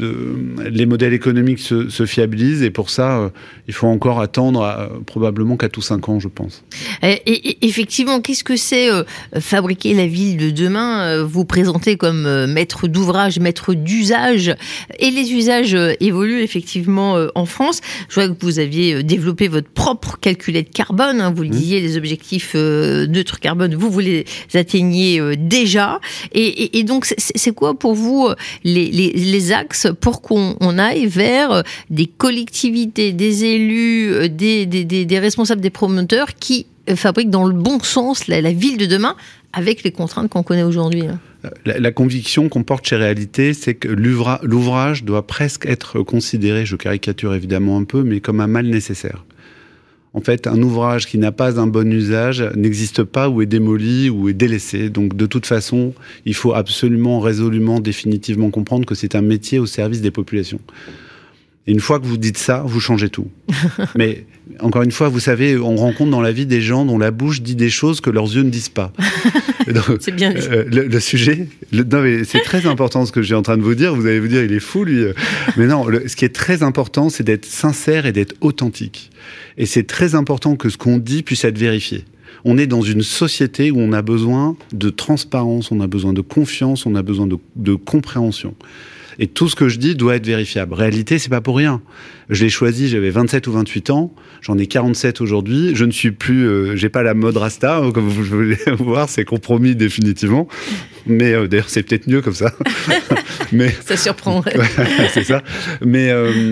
économiques se fiabilisent. Et pour ça, il faut encore attendre probablement 4 ou 5 ans, je pense. Et effectivement, qu'est-ce que c'est fabriquer la ville de demain? Vous présentez comme maître d'ouvrage, maître d'usage. Et les usages évoluent effectivement en France. Je vois que vous aviez développé votre propre calculette carbone. Vous le disiez, les objectifs neutres carbone, vous les atteignez déjà. Et donc, c'est quoi pour vous les axes pour qu'on aille vers des collectivités, des élus, des responsables, des promoteurs qui fabriquent dans le bon sens la ville de demain avec les contraintes qu'on connaît aujourd'hui? La conviction qu'on porte chez Réalité, c'est que l'ouvrage doit presque être considéré, je caricature évidemment un peu, mais comme un mal nécessaire. En fait, un ouvrage qui n'a pas un bon usage n'existe pas ou est démoli ou est délaissé. Donc, de toute façon, il faut absolument, résolument, définitivement comprendre que c'est un métier au service des populations. Et une fois que vous dites ça, vous changez tout. Mais encore une fois, vous savez, on rencontre dans la vie des gens dont la bouche dit des choses que leurs yeux ne disent pas. Donc, c'est bien dit. Le sujet, non mais c'est très important ce que je suis en train de vous dire. Vous allez vous dire, il est fou lui. Mais non, ce qui est très important, c'est d'être sincère et d'être authentique. Et c'est très important que ce qu'on dit puisse être vérifié. On est dans une société où on a besoin de transparence, on a besoin de confiance, on a besoin de compréhension. Et tout ce que je dis doit être vérifiable. Réalité, c'est pas pour rien. Je l'ai choisi, j'avais 27 ou 28 ans. J'en ai 47 aujourd'hui. Je ne suis plus, j'ai pas la mode Rasta, comme vous voulez voir, c'est compromis définitivement. Mais d'ailleurs, c'est peut-être mieux comme ça. Mais ça surprendrait. C'est ça. Mais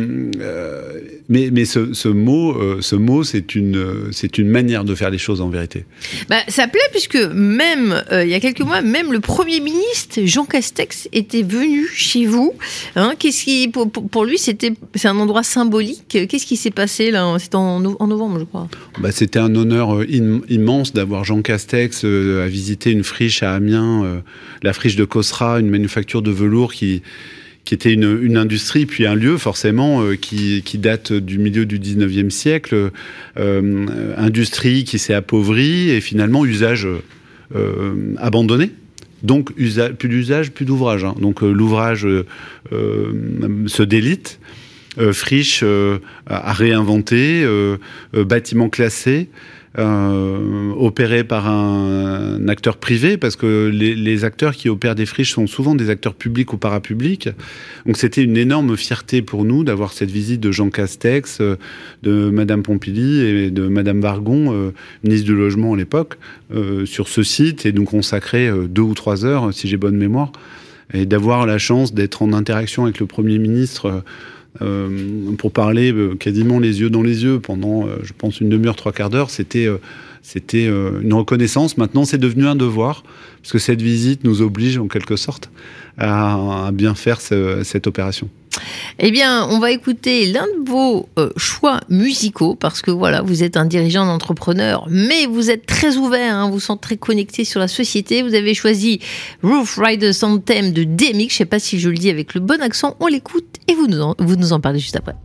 ce mot, c'est une manière de faire les choses en vérité. Bah, ça plaît puisque même il y a quelques mois, même le Premier ministre Jean Castex était venu chez vous. Hein, qu'est-ce qui, pour lui, c'est un endroit symbolique. Qu'est-ce qui s'est passé là ? C'était en novembre, je crois. Bah, c'était un honneur immense d'avoir Jean Castex à visiter une friche à Amiens, la friche de Cosra, une manufacture de velours qui était une industrie, puis un lieu forcément qui date du milieu du 19e siècle, industrie qui s'est appauvrie et finalement usage abandonné. Donc plus d'usage, plus d'ouvrage. Hein. Donc l'ouvrage se délite, friche à réinventer, bâtiment classé. Opéré par un acteur privé, parce que les acteurs qui opèrent des friches sont souvent des acteurs publics ou parapublics. Donc c'était une énorme fierté pour nous d'avoir cette visite de Jean Castex, de Madame Pompili et de Madame Vargon, ministre du Logement à l'époque, sur ce site, et nous consacrer 2 ou 3 heures, si j'ai bonne mémoire, et d'avoir la chance d'être en interaction avec le Premier ministre pour parler quasiment les yeux dans les yeux pendant, je pense, une demi-heure, 3/4 d'heure. C'était une reconnaissance. Maintenant, c'est devenu un devoir, parce que cette visite nous oblige, en quelque sorte, à bien faire cette opération. Eh bien, on va écouter l'un de vos choix musicaux, parce que voilà, vous êtes un dirigeant d'entrepreneur, mais vous êtes très ouvert, hein, vous sentez très connecté sur la société. Vous avez choisi Roof Riders Anthem de DMX, je ne sais pas si je le dis avec le bon accent, on l'écoute et vous nous en parlez juste après.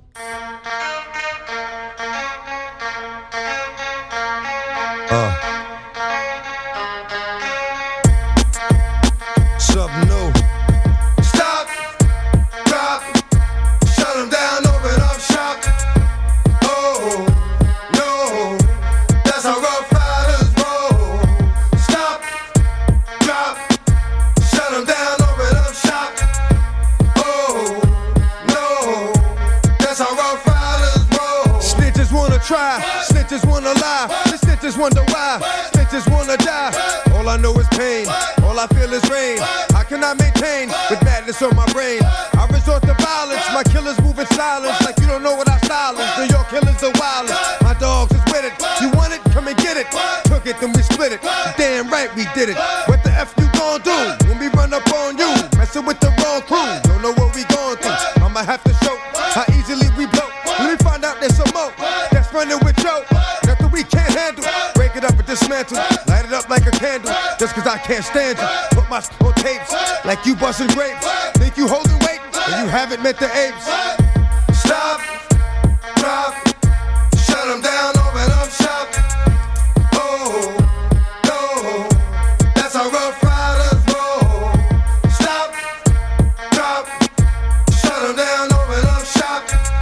Try, snitches wanna lie, the snitches wonder why, snitches wanna die. All I know is pain, all I feel is rain. How can I maintain with madness on my brain? I resort to violence, my killers move in silence, like you don't know what I silence. New York killers are wildest, my dogs is with it. You want it? Come and get it. Took it, then we split it. Damn right we did it. What the F you gon' do when we run up on you? Messing with the wrong crew, don't know what we gon' through. I'ma have to show how easily we blow. Let me find out there's some more. Running with Joe, nothing we can't handle. Break it up and dismantle, light it up like a candle. Just cause I can't stand you, put my on tapes like you busting grapes. Think you holding weight, and you haven't met the apes. Stop, drop, shut them down, open up shop. Oh, no, that's how Rough Riders roll. Stop, drop, shut them down, open up shop.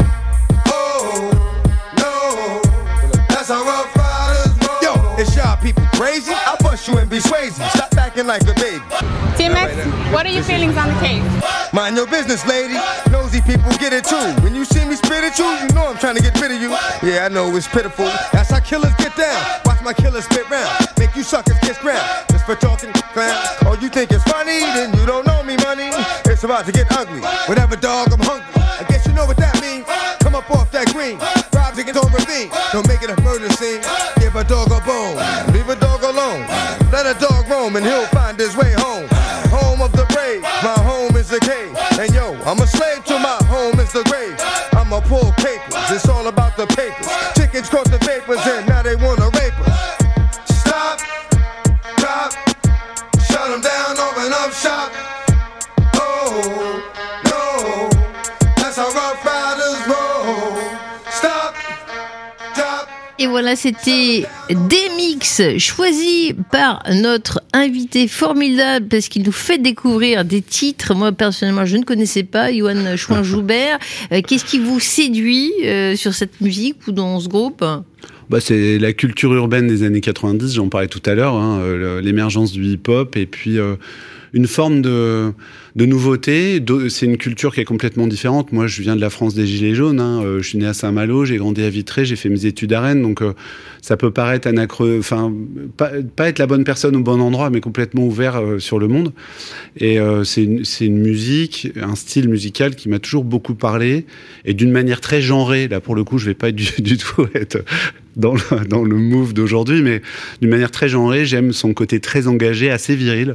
Is y'all people crazy? I'll bust you and be crazy. Stop acting like a baby. DMX, what are your feelings on the case? Mind your business, lady. Nosy people get it too. When you see me spit at you, you know I'm trying to get rid of you. Yeah, I know it's pitiful. That's how killers get down. Watch my killers spit round. Make you suckers kiss ground. Just for talking clown. Oh, you think it's funny? Then you don't know me, money. It's about to get ugly. Whatever, dog, I'm hungry. I guess you know what that means. Come up off that green. Rob to get on ravine. Don't make it a murder scene. Give a dog a bone. Leave a dog alone. Let a dog roam and he'll find his way home. Home of the brave. My home is the cave. And yo, I'm a slave to my home is the grave. I'ma pull papers. It's all about the papers. Chickens caught the papers and they wanna rape us. Stop, drop, shut them down, open up shop. Oh, no, that's how Rough Riders roll. Stop, drop. Et voilà, c'était des mix choisis par notre invité formidable parce qu'il nous fait découvrir des titres. Moi, personnellement, je ne connaissais pas Yoann Chouin-Joubert. Qu'est-ce qui vous séduit sur cette musique ou dans ce groupe ? C'est la culture urbaine des années 90, j'en parlais tout à l'heure, l'émergence du hip-hop et puis une forme de nouveauté. C'est une culture qui est complètement différente. Moi, je viens de la France des Gilets jaunes. Je suis né à Saint-Malo, j'ai grandi à Vitré, j'ai fait mes études à Rennes. Donc, ça peut paraître pas être la bonne personne au bon endroit, mais complètement ouvert sur le monde. Et c'est une musique, un style musical qui m'a toujours beaucoup parlé et d'une manière très genrée. Là, pour le coup, je vais pas du tout être dans le move d'aujourd'hui, mais d'une manière très genrée. J'aime son côté très engagé, assez viril.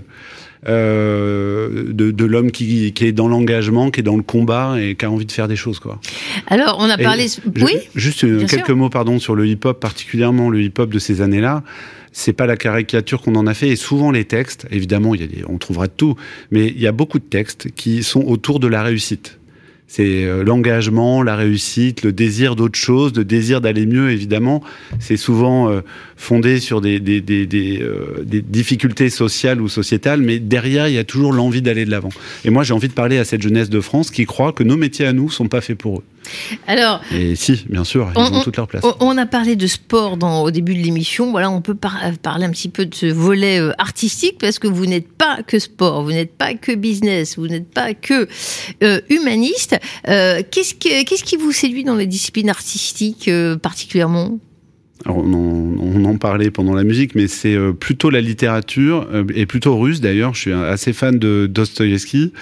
De l'homme qui est dans l'engagement, qui est dans le combat et qui a envie de faire des choses, quoi. Alors, on a parlé... Oui, juste quelques mots, sur le hip-hop, particulièrement le hip-hop de ces années-là. C'est pas la caricature qu'on en a fait. Et souvent, les textes, évidemment, on trouvera de tout, mais il y a beaucoup de textes qui sont autour de la réussite. C'est l'engagement, la réussite, le désir d'autre chose, le désir d'aller mieux, évidemment. C'est souvent fondé sur des difficultés sociales ou sociétales, mais derrière, il y a toujours l'envie d'aller de l'avant. Et moi, j'ai envie de parler à cette jeunesse de France qui croit que nos métiers à nous sont pas faits pour eux. Alors, et si, bien sûr, ils ont toute leur place. On a parlé de sport au début de l'émission. Voilà, on peut parler un petit peu de ce volet artistique parce que vous n'êtes pas que sport, vous n'êtes pas que business, vous n'êtes pas que humaniste. Qu'est-ce qui vous séduit dans les disciplines artistiques particulièrement ? Alors, on en parlait pendant la musique, mais c'est plutôt la littérature, et plutôt russe d'ailleurs. Je suis assez fan de Dostoïevski.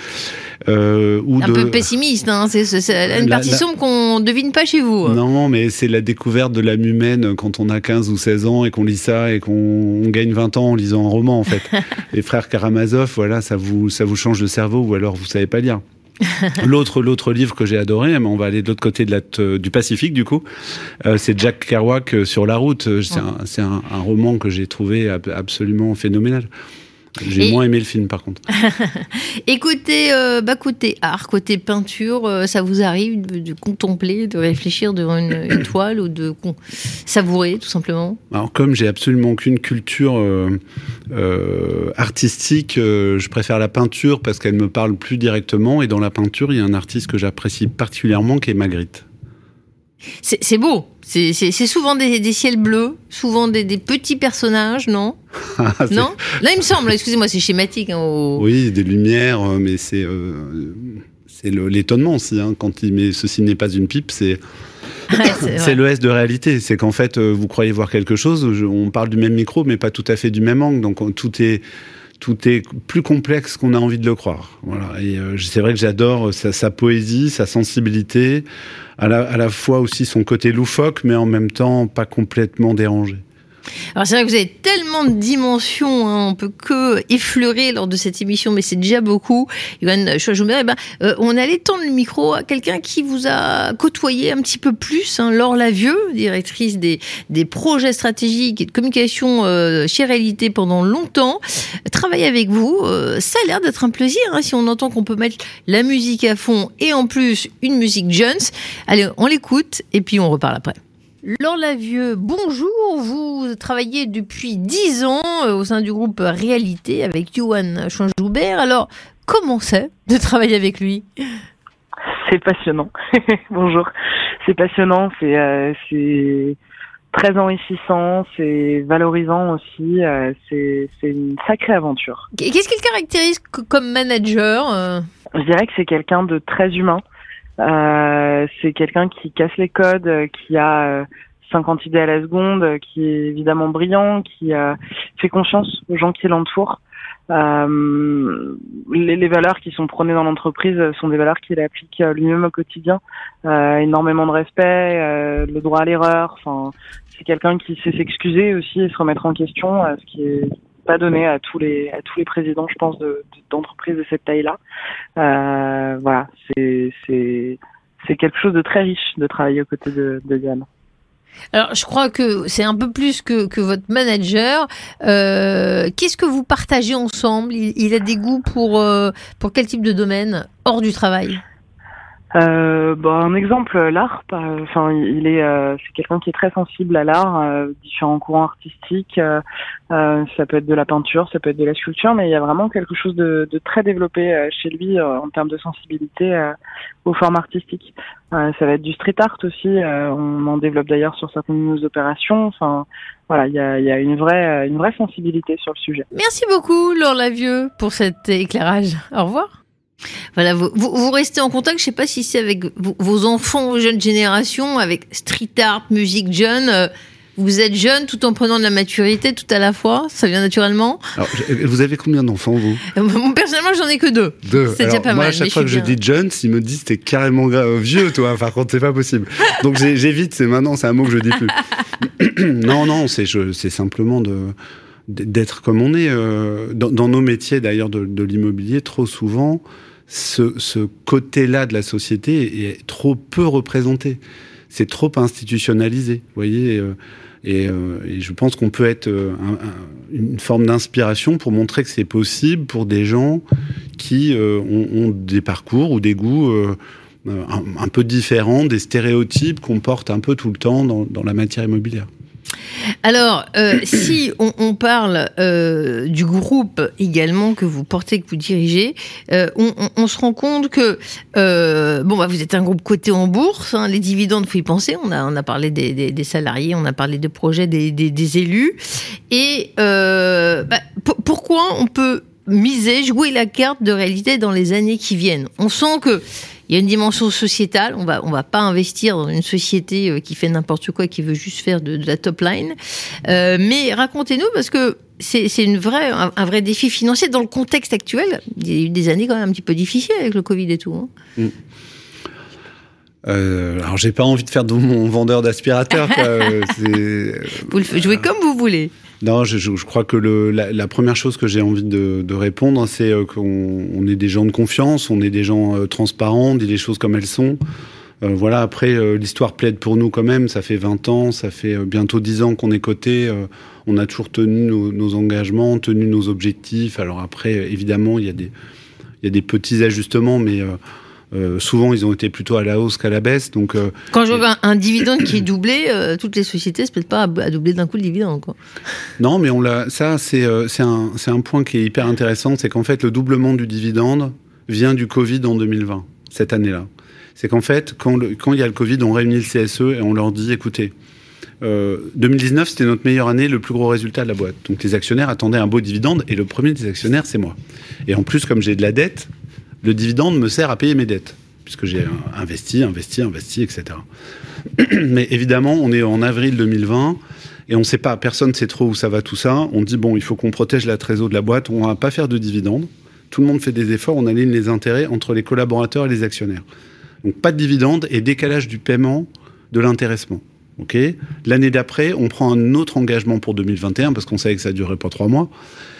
Un peu pessimiste, c'est une partie sombre qu'on ne devine pas chez vous. Non, mais c'est la découverte de l'âme humaine quand on a 15 ou 16 ans et qu'on lit ça et qu'on gagne 20 ans en lisant un roman, en fait. Les frères Karamazov, voilà, ça vous change le cerveau ou alors vous savez pas lire. L'autre livre que j'ai adoré, mais on va aller de l'autre côté du Pacifique du coup, c'est Jack Kerouac sur la route. C'est un roman que j'ai trouvé absolument phénoménal. J'ai moins aimé le film par contre. Et côté art, côté peinture, ça vous arrive de contempler, de réfléchir devant une toile ou de savourer tout simplement ? Alors comme j'ai absolument aucune culture artistique, je préfère la peinture parce qu'elle me parle plus directement et dans la peinture il y a un artiste que j'apprécie particulièrement qui est Magritte. C'est beau, c'est souvent des ciels bleus, souvent des petits personnages, non ? Non ? Là, il me semble, excusez-moi, c'est schématique. Oui, des lumières, mais c'est l'étonnement aussi. Quand il met « ceci n'est pas une pipe », c'est l'ES de réalité. C'est qu'en fait, vous croyez voir quelque chose, on parle du même micro, mais pas tout à fait du même angle, donc tout est plus complexe qu'on a envie de le croire. Voilà. Et c'est vrai que j'adore sa poésie, sa sensibilité, à la fois aussi son côté loufoque, mais en même temps pas complètement dérangé. Alors c'est vrai que vous avez tellement de dimensions, on peut que effleurer lors de cette émission, mais c'est déjà beaucoup. Yoann Chouin-Joubert, on allait tendre le micro à quelqu'un qui vous a côtoyé un petit peu plus, Laure Lavieux, directrice des projets stratégiques et de communication chez Réalité pendant longtemps. Travailler avec vous, ça a l'air d'être un plaisir, si on entend qu'on peut mettre la musique à fond et en plus une musique Jones. Allez, on l'écoute et puis on reparle après. Laure Lavieux, bonjour, vous travaillez depuis 10 ans au sein du groupe Réalité avec Yoann Chouin-Joubert. Alors, comment c'est de travailler avec lui ? C'est passionnant. Bonjour. C'est passionnant, c'est très enrichissant, c'est valorisant aussi, c'est une sacrée aventure. Qu'est-ce qu'il caractérise comme manager ? Je dirais que c'est quelqu'un de très humain. C'est quelqu'un qui casse les codes, qui a 50 idées à la seconde, qui est évidemment brillant, qui fait confiance aux gens qui l'entourent. Les valeurs qui sont prônées dans l'entreprise sont des valeurs qu'il applique lui-même au quotidien. Énormément de respect, le droit à l'erreur. Enfin, c'est quelqu'un qui sait s'excuser aussi et se remettre en question, ce qui est pas donné à tous les présidents, je pense, d'entreprises de cette taille-là. Voilà, c'est quelque chose de très riche de travailler aux côtés de Diane. Alors, je crois que c'est un peu plus que votre manager. Qu'est-ce que vous partagez ensemble ? Il a des goûts pour quel type de domaine hors du travail ? Un exemple, l'art. Enfin, c'est quelqu'un qui est très sensible à l'art, différents courants artistiques. Ça peut être de la peinture, ça peut être de la sculpture, mais il y a vraiment quelque chose de très développé chez lui en termes de sensibilité aux formes artistiques. Ça va être du street art aussi. On en développe d'ailleurs sur certaines de nos opérations. Enfin, voilà, il y a une vraie sensibilité sur le sujet. Merci beaucoup, Laure Lavieux, pour cet éclairage. Au revoir. Voilà, vous restez en contact, je sais pas si c'est avec vos enfants, vos jeunes générations, avec street art, musique jeune. Vous êtes jeune tout en prenant de la maturité tout à la fois, ça vient naturellement. Alors, vous avez combien d'enfants, vous ? Personnellement, j'en ai que 2. C'est déjà pas moi, mal. À chaque fois que je dis jeune, ils me disent t'es carrément vieux, toi. Par contre, c'est pas possible. Donc j'évite. C'est un mot que je dis plus. Non, c'est simplement d'être comme on est. Dans nos métiers, d'ailleurs, de l'immobilier, trop souvent, ce côté-là de la société est trop peu représenté. C'est trop institutionnalisé, vous voyez. Et je pense qu'on peut être une forme d'inspiration pour montrer que c'est possible pour des gens qui ont des parcours ou des goûts un peu différents, des stéréotypes qu'on porte un peu tout le temps dans la matière immobilière. Alors, si on parle du groupe également que vous portez, que vous dirigez, on se rend compte que vous êtes un groupe coté en bourse. Hein, les dividendes, faut y penser. On a parlé des salariés, on a parlé de projets des élus. Et pourquoi on peut jouer la carte de réalité dans les années qui viennent ? On sent que il y a une dimension sociétale. On va pas investir dans une société qui fait n'importe quoi, qui veut juste faire de la top line. Mais racontez-nous, parce que c'est un vrai défi financier dans le contexte actuel. Il y a eu des années quand même un petit peu difficiles avec le Covid et tout. Hein. Alors j'ai pas envie de faire de mon vendeur d'aspirateur. Vous jouez comme vous voulez. Non, je crois que la première chose que j'ai envie de répondre, c'est qu'on est des gens de confiance, on est des gens transparents, on dit les choses comme elles sont. Voilà, après, l'histoire plaide pour nous quand même. Ça fait 20 ans, ça fait bientôt 10 ans qu'on est coté. On a toujours tenu nos engagements, tenu nos objectifs. Alors après, évidemment, il y a des petits ajustements, mais souvent, ils ont été plutôt à la hausse qu'à la baisse. Donc, quand je vois un dividende qui est doublé, toutes les sociétés ne se mettent pas à doubler d'un coup le dividende, quoi. Non, mais ça, c'est un point qui est hyper intéressant. C'est qu'en fait, le doublement du dividende vient du Covid en 2020, cette année-là. C'est qu'en fait, quand il y a le Covid, on réunit le CSE et on leur dit, écoutez, 2019, c'était notre meilleure année, le plus gros résultat de la boîte. Donc, les actionnaires attendaient un beau dividende et le premier des actionnaires, c'est moi. Et en plus, comme j'ai de la dette, le dividende me sert à payer mes dettes, puisque j'ai investi, etc. Mais évidemment, on est en avril 2020, et on ne sait pas, personne ne sait trop où ça va tout ça. On dit, il faut qu'on protège la trésorerie de la boîte, on ne va pas faire de dividende. Tout le monde fait des efforts, on aligne les intérêts entre les collaborateurs et les actionnaires. Donc pas de dividende et décalage du paiement de l'intéressement. Okay ? L'année d'après, on prend un autre engagement pour 2021, parce qu'on savait que ça ne durerait pas 3 mois.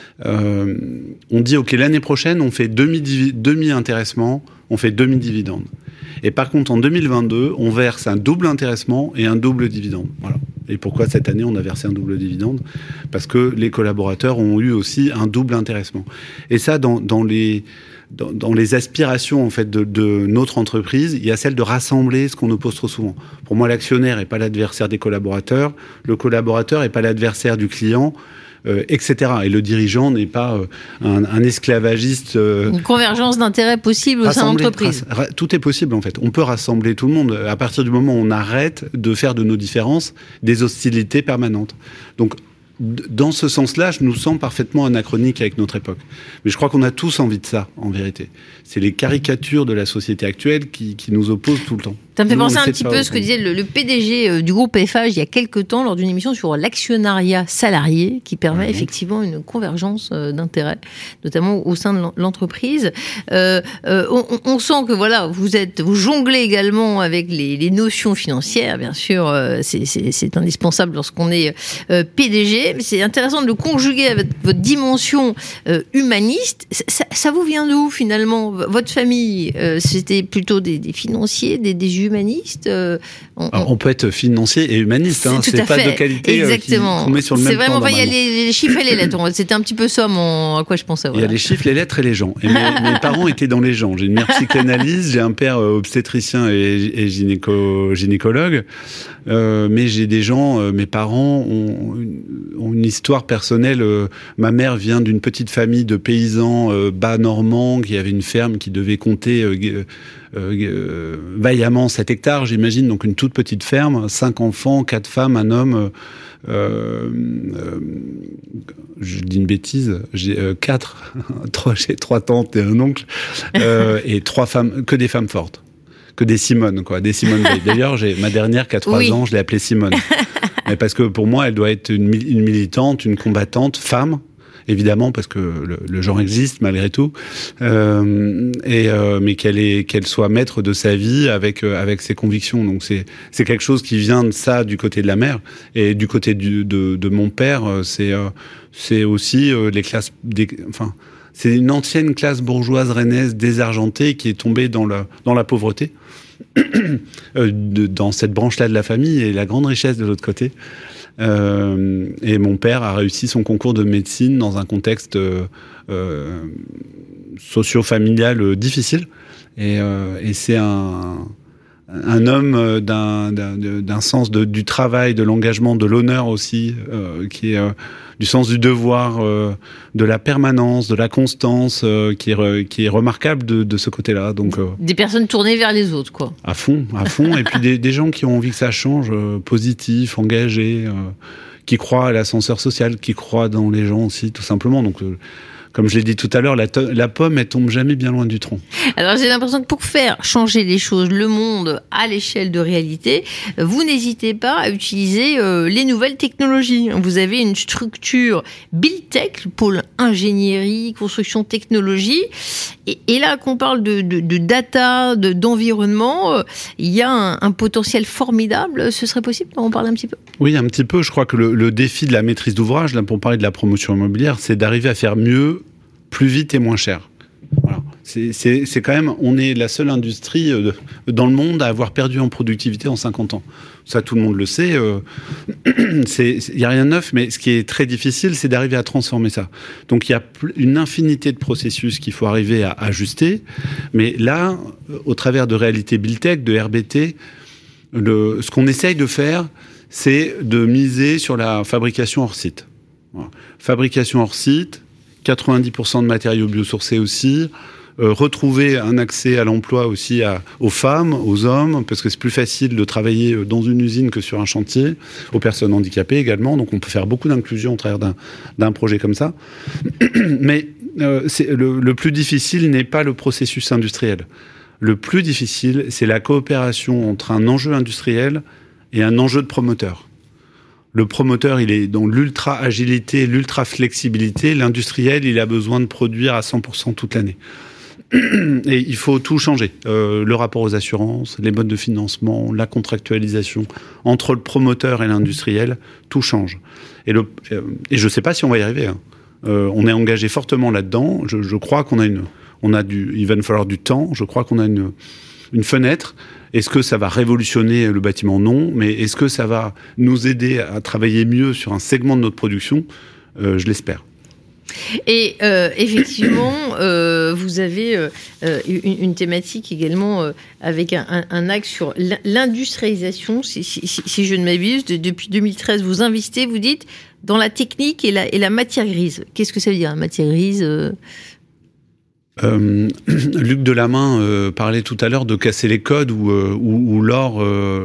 On dit, OK, l'année prochaine, on fait demi-intéressement, on fait demi-dividende. Et par contre, en 2022, on verse un double intéressement et un double dividende. Voilà. Et pourquoi cette année, on a versé un double dividende ? Parce que les collaborateurs ont eu aussi un double intéressement. Et ça, dans les aspirations en fait de notre entreprise, il y a celle de rassembler ce qu'on oppose trop souvent. Pour moi, l'actionnaire n'est pas l'adversaire des collaborateurs, le collaborateur n'est pas l'adversaire du client, etc. Et le dirigeant n'est pas un esclavagiste. Une convergence d'intérêts possible au sein de l'entreprise. Tout est possible en fait. On peut rassembler tout le monde à partir du moment où on arrête de faire de nos différences des hostilités permanentes. Donc, dans ce sens-là, je nous sens parfaitement anachronique avec notre époque. Mais je crois qu'on a tous envie de ça, en vérité. C'est les caricatures de la société actuelle qui nous opposent tout le temps. Ça me fait penser un petit peu à ce que disait le PDG du groupe FH il y a quelques temps lors d'une émission sur l'actionnariat salarié qui permet effectivement une convergence d'intérêts, notamment au sein de l'entreprise. On sent que voilà, vous jonglez également avec les notions financières, bien sûr, c'est indispensable lorsqu'on est PDG, mais c'est intéressant de le conjuguer avec votre dimension humaniste. Ça vous vient d'où finalement ? Votre famille, c'était plutôt des financiers, des humains, humaniste. On peut être financier et humaniste, c'est pas de qualité. Exactement. Qu'on met sur le même plan. C'est vraiment, il y a les chiffres et les lettres. C'était un petit peu ça à quoi je pensais. Voilà. Il y a les chiffres, les lettres et les gens. Et mes parents étaient dans les gens. J'ai une mère psychanalyste, j'ai un père obstétricien et gynécologue. Mais j'ai des gens, mes parents ont une histoire personnelle. Ma mère vient d'une petite famille de paysans bas normands qui avait une ferme qui devait compter vaillamment 7 hectares, j'imagine, donc une toute petite ferme, 5 enfants, 4 femmes, un homme. Je dis une bêtise, j'ai 4, j'ai 3 tantes et un oncle, et 3 femmes, que des femmes fortes. Que des Simone, quoi, des Simone Veil. D'ailleurs, ma dernière qui a 3 ans, je l'ai appelée Simone. Mais parce que pour moi, elle doit être une militante, une combattante, femme, évidemment, parce que le genre existe malgré tout, mais qu'elle soit maître de sa vie avec ses convictions. Donc c'est quelque chose qui vient de ça du côté de la mère, et du côté de mon père, c'est aussi les classes, c'est une ancienne classe bourgeoise rennaise désargentée qui est tombée dans la pauvreté, dans cette branche-là de la famille, et la grande richesse de l'autre côté. Et mon père a réussi son concours de médecine dans un contexte socio-familial difficile. Et c'est un homme d'un sens du travail, de l'engagement, de l'honneur aussi, qui est du sens du devoir, de la permanence, de la constance, qui est remarquable de ce côté-là. Donc des personnes tournées vers les autres, quoi. À fond. Et puis des gens qui ont envie que ça change, positifs, engagés, qui croient à l'ascenseur social, qui croient dans les gens aussi, tout simplement. Donc comme je l'ai dit tout à l'heure, la pomme, elle tombe jamais bien loin du tronc. Alors, j'ai l'impression que pour faire changer les choses, le monde à l'échelle de réalité, vous n'hésitez pas à utiliser les nouvelles technologies. Vous avez une structure Buildtech, le pôle ingénierie, construction, technologie. Et là, qu'on parle de data, d'environnement, il y a un potentiel formidable. Ce serait possible d'en parler un petit peu ? Oui, un petit peu. Je crois que le défi de la maîtrise d'ouvrage, là, pour parler de la promotion immobilière, c'est d'arriver à faire mieux, plus vite et moins cher. Voilà. C'est quand même, on est la seule industrie dans le monde à avoir perdu en productivité en 50 ans. Ça, tout le monde le sait. Il n'y a rien de neuf, mais ce qui est très difficile, c'est d'arriver à transformer ça. Donc, il y a une infinité de processus qu'il faut arriver à ajuster. Mais là, au travers de Réalité Buildtech, de RBT, ce qu'on essaye de faire, c'est de miser sur la fabrication hors site. Voilà. Fabrication hors site, 90% de matériaux biosourcés aussi, retrouver un accès à l'emploi aussi aux femmes, aux hommes, parce que c'est plus facile de travailler dans une usine que sur un chantier, aux personnes handicapées également, donc on peut faire beaucoup d'inclusion au travers d'un projet comme ça. Mais le plus difficile n'est pas le processus industriel. Le plus difficile, c'est la coopération entre un enjeu industriel et un enjeu de promoteur. Le promoteur, il est dans l'ultra-agilité, l'ultra-flexibilité. L'industriel, il a besoin de produire à 100% toute l'année. Et il faut tout changer. Le rapport aux assurances, les modes de financement, la contractualisation. Entre le promoteur et l'industriel, tout change. Et je ne sais pas si on va y arriver. Hein. On est engagé fortement là-dedans. Je crois qu'on il va nous falloir du temps. Je crois qu'on a une fenêtre. Est-ce que ça va révolutionner le bâtiment ? Non. Mais est-ce que ça va nous aider à travailler mieux sur un segment de notre production ? Je l'espère. Et effectivement, vous avez une thématique également avec un axe sur l'industrialisation. Si je ne m'abuse, depuis 2013, vous investissez, vous dites, dans la technique et la matière grise. Qu'est-ce que ça veut dire, la matière grise ? Luc Delamain parlait tout à l'heure de casser les codes ou l'or.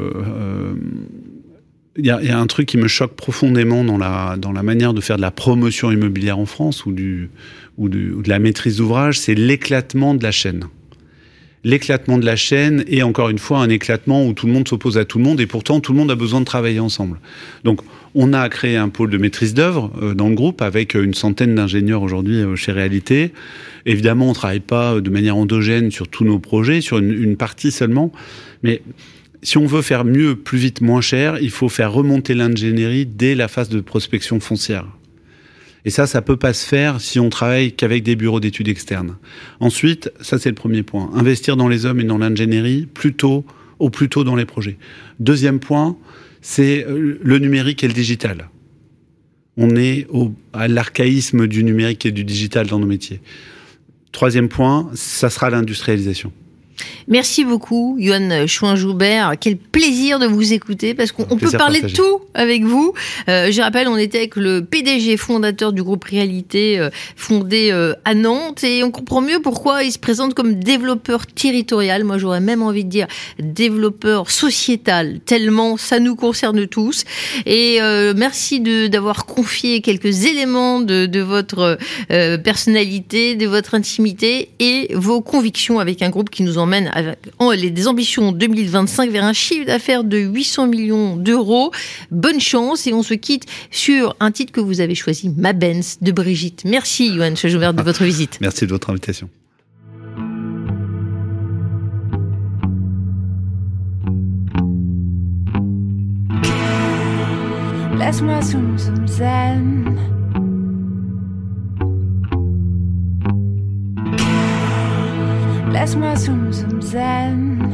Il y a un truc qui me choque profondément dans la manière de faire de la promotion immobilière en France ou de la maîtrise d'ouvrage, c'est l'éclatement de la chaîne. L'éclatement de la chaîne et encore une fois un éclatement où tout le monde s'oppose à tout le monde et pourtant tout le monde a besoin de travailler ensemble. Donc on a créé un pôle de maîtrise d'œuvre dans le groupe avec une centaine d'ingénieurs aujourd'hui chez Réalité. Évidemment, on ne travaille pas de manière endogène sur tous nos projets, sur une partie seulement, mais si on veut faire mieux, plus vite, moins cher, il faut faire remonter l'ingénierie dès la phase de prospection foncière. Et ça peut pas se faire si on travaille qu'avec des bureaux d'études externes. Ensuite, ça c'est le premier point, investir dans les hommes et dans l'ingénierie plus tôt au plus tôt dans les projets. Deuxième point, c'est le numérique et le digital. On est à l'archaïsme du numérique et du digital dans nos métiers. Troisième point, ça sera l'industrialisation. Merci beaucoup, Yoann Chouin-Joubert. Quel plaisir de vous écouter parce qu'on peut parler de tout avec vous. Je rappelle, on était avec le PDG fondateur du groupe Réalité, fondé à Nantes, et on comprend mieux pourquoi il se présente comme développeur territorial. Moi, j'aurais même envie de dire développeur sociétal, tellement ça nous concerne tous. Et merci d'avoir confié quelques éléments de votre personnalité, de votre intimité et vos convictions avec un groupe qui nous emmène avec des ambitions 2025 vers un chiffre d'affaires de 800 millions d'euros. Bonne chance, et on se quitte sur un titre que vous avez choisi, Ma Benz de Brigitte. Merci Yoann Chouin-Joubert de votre visite. Merci de votre invitation. Laisse-moi zoom zoom zen. Laisse-moi zoom zoom zen.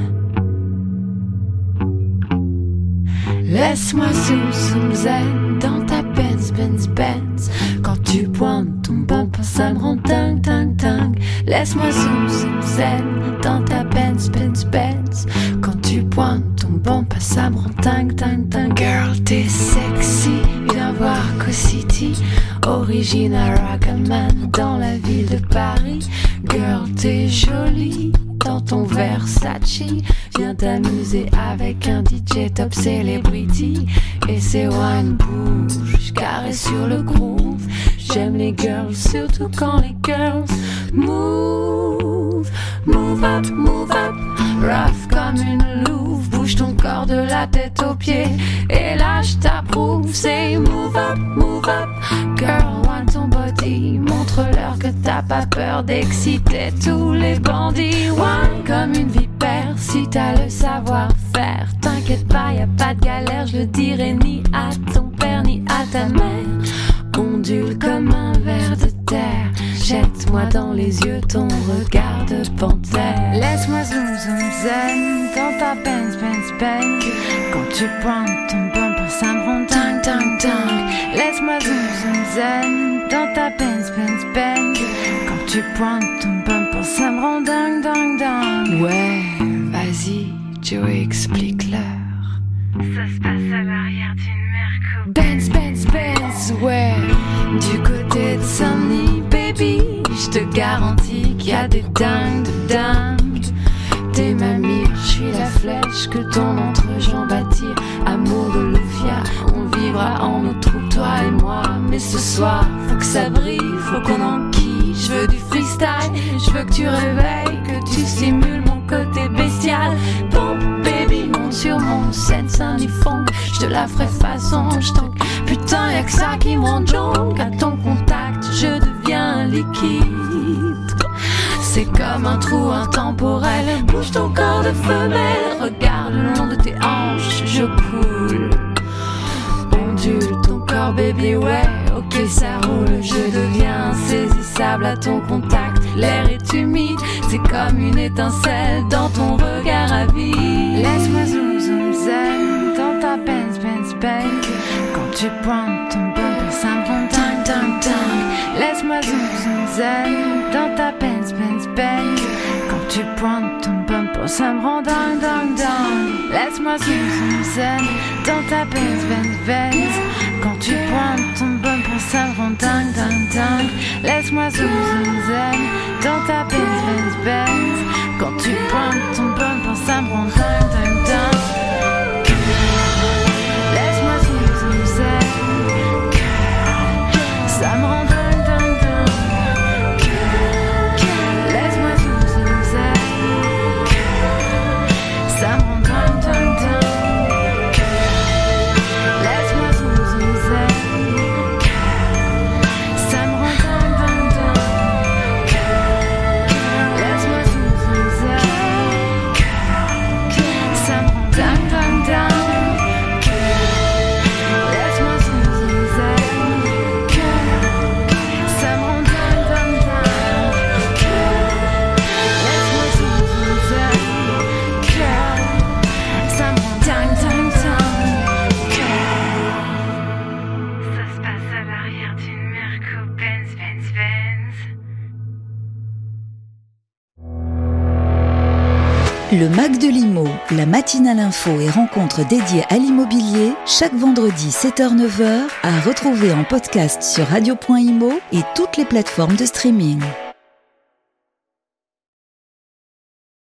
Laisse-moi zoom zoom zen dans ta Benz, Benz, Benz. Quand tu pointes ton bumper, ça me rend dingue, dingue, dingue. Laisse-moi zoom zoom zen dans ta Benz, Benz, Benz. Quand tu pointes ton bumper, ça me rend dingue, dingue, dingue. Girl, t'es sexy, viens voir Co-City. Original Ragaman dans la ville de Paris. Girl, t'es jolie dans ton Versace. Viens t'amuser avec un DJ top celebrity. Et c'est wine bouge, carré sur le groove. J'aime les girls, surtout quand les girls move. Move up, rough comme une louve. Bouge ton corps de la tête aux pieds. Et là je t'approuve, c'est move up, girl, want ton body. Montre-leur que t'as pas peur d'exciter tous les bandits. Wine comme une vipère, si t'as le savoir-faire. T'inquiète pas, y a pas de galère, je le dirai ni à ton père ni à ta mère. Ondule comme un ver de terre. Jette-moi dans les yeux ton regard de panthère. Laisse-moi zoom zoom zen dans ta Benz, Benz, Benz. Quand tu pointes ton bumper, ça me rend dingue, dingue, dingue. Laisse-moi zoom zoom zen dans ta Benz, Benz, Benz. Quand tu pointes ton bumper, ça me rend dingue, dingue, dingue. Ouais, vas-y, Joey, explique-leur. Ça se passe à l'arrière d'une Merco. Benz, Benz, Benz, ouais. Du côté de Saint-Denis, baby, je te garantis qu'il y a des dingues de dingues. T'es ma mire, je suis la flèche que ton entrejambe attire. Amour de Lufia, on vivra en nos troupes, toi et moi. Mais ce soir, faut que ça brille, faut qu'on enquille. Je veux du freestyle, je veux que tu réveilles, que tu stimules mon côté bestial. Pompe, baby, monte sur mon Seine-Saint-Denis funk. Je te la ferai façon j'truc. Putain, y'a que ça qui me rend jonque. À ton contact, je deviens un liquide. C'est comme un trou intemporel. Bouge ton corps de femelle. Regarde le long de tes hanches, je coule. Ondule ton corps, baby, ouais. Ok, ça roule, je deviens insaisissable à ton contact. L'air est humide, c'est comme une étincelle dans ton regard avide. Laisse-moi zoom zoom zen dans ta Benz, Benz, Benz. Quand tu pointes ton bumper, ça me rend dingue, dingue, dingue. Laisse-moi zoom zoom zen dans ta Benz, Benz, Benz. Quand tu pointes ton bumper, ça me rend dingue, dingue, dingue. Laisse-moi zoom zoom zen dans ta Benz, Benz, Benz. Quand tu pointes ton bumper, ça me rend dingue, dingue, dingue. Laisse-moi zoom zoom zen dans ta Benz, Benz, Benz. Quand tu pointes ton bumper, ça me rend dingue, dingue, dingue. Laisse-moi zoom zoom zen. Ça me rend dingue, dingue, dingue. Laisse-moi zoom zoom zen. Ça me rend dingue, dingue, dingue. Laisse-moi zoom zoom zen. Le Mac de l'Imo, la matinale info et rencontres dédiées à l'immobilier, chaque vendredi 7h-9h, à retrouver en podcast sur radio.imo et toutes les plateformes de streaming.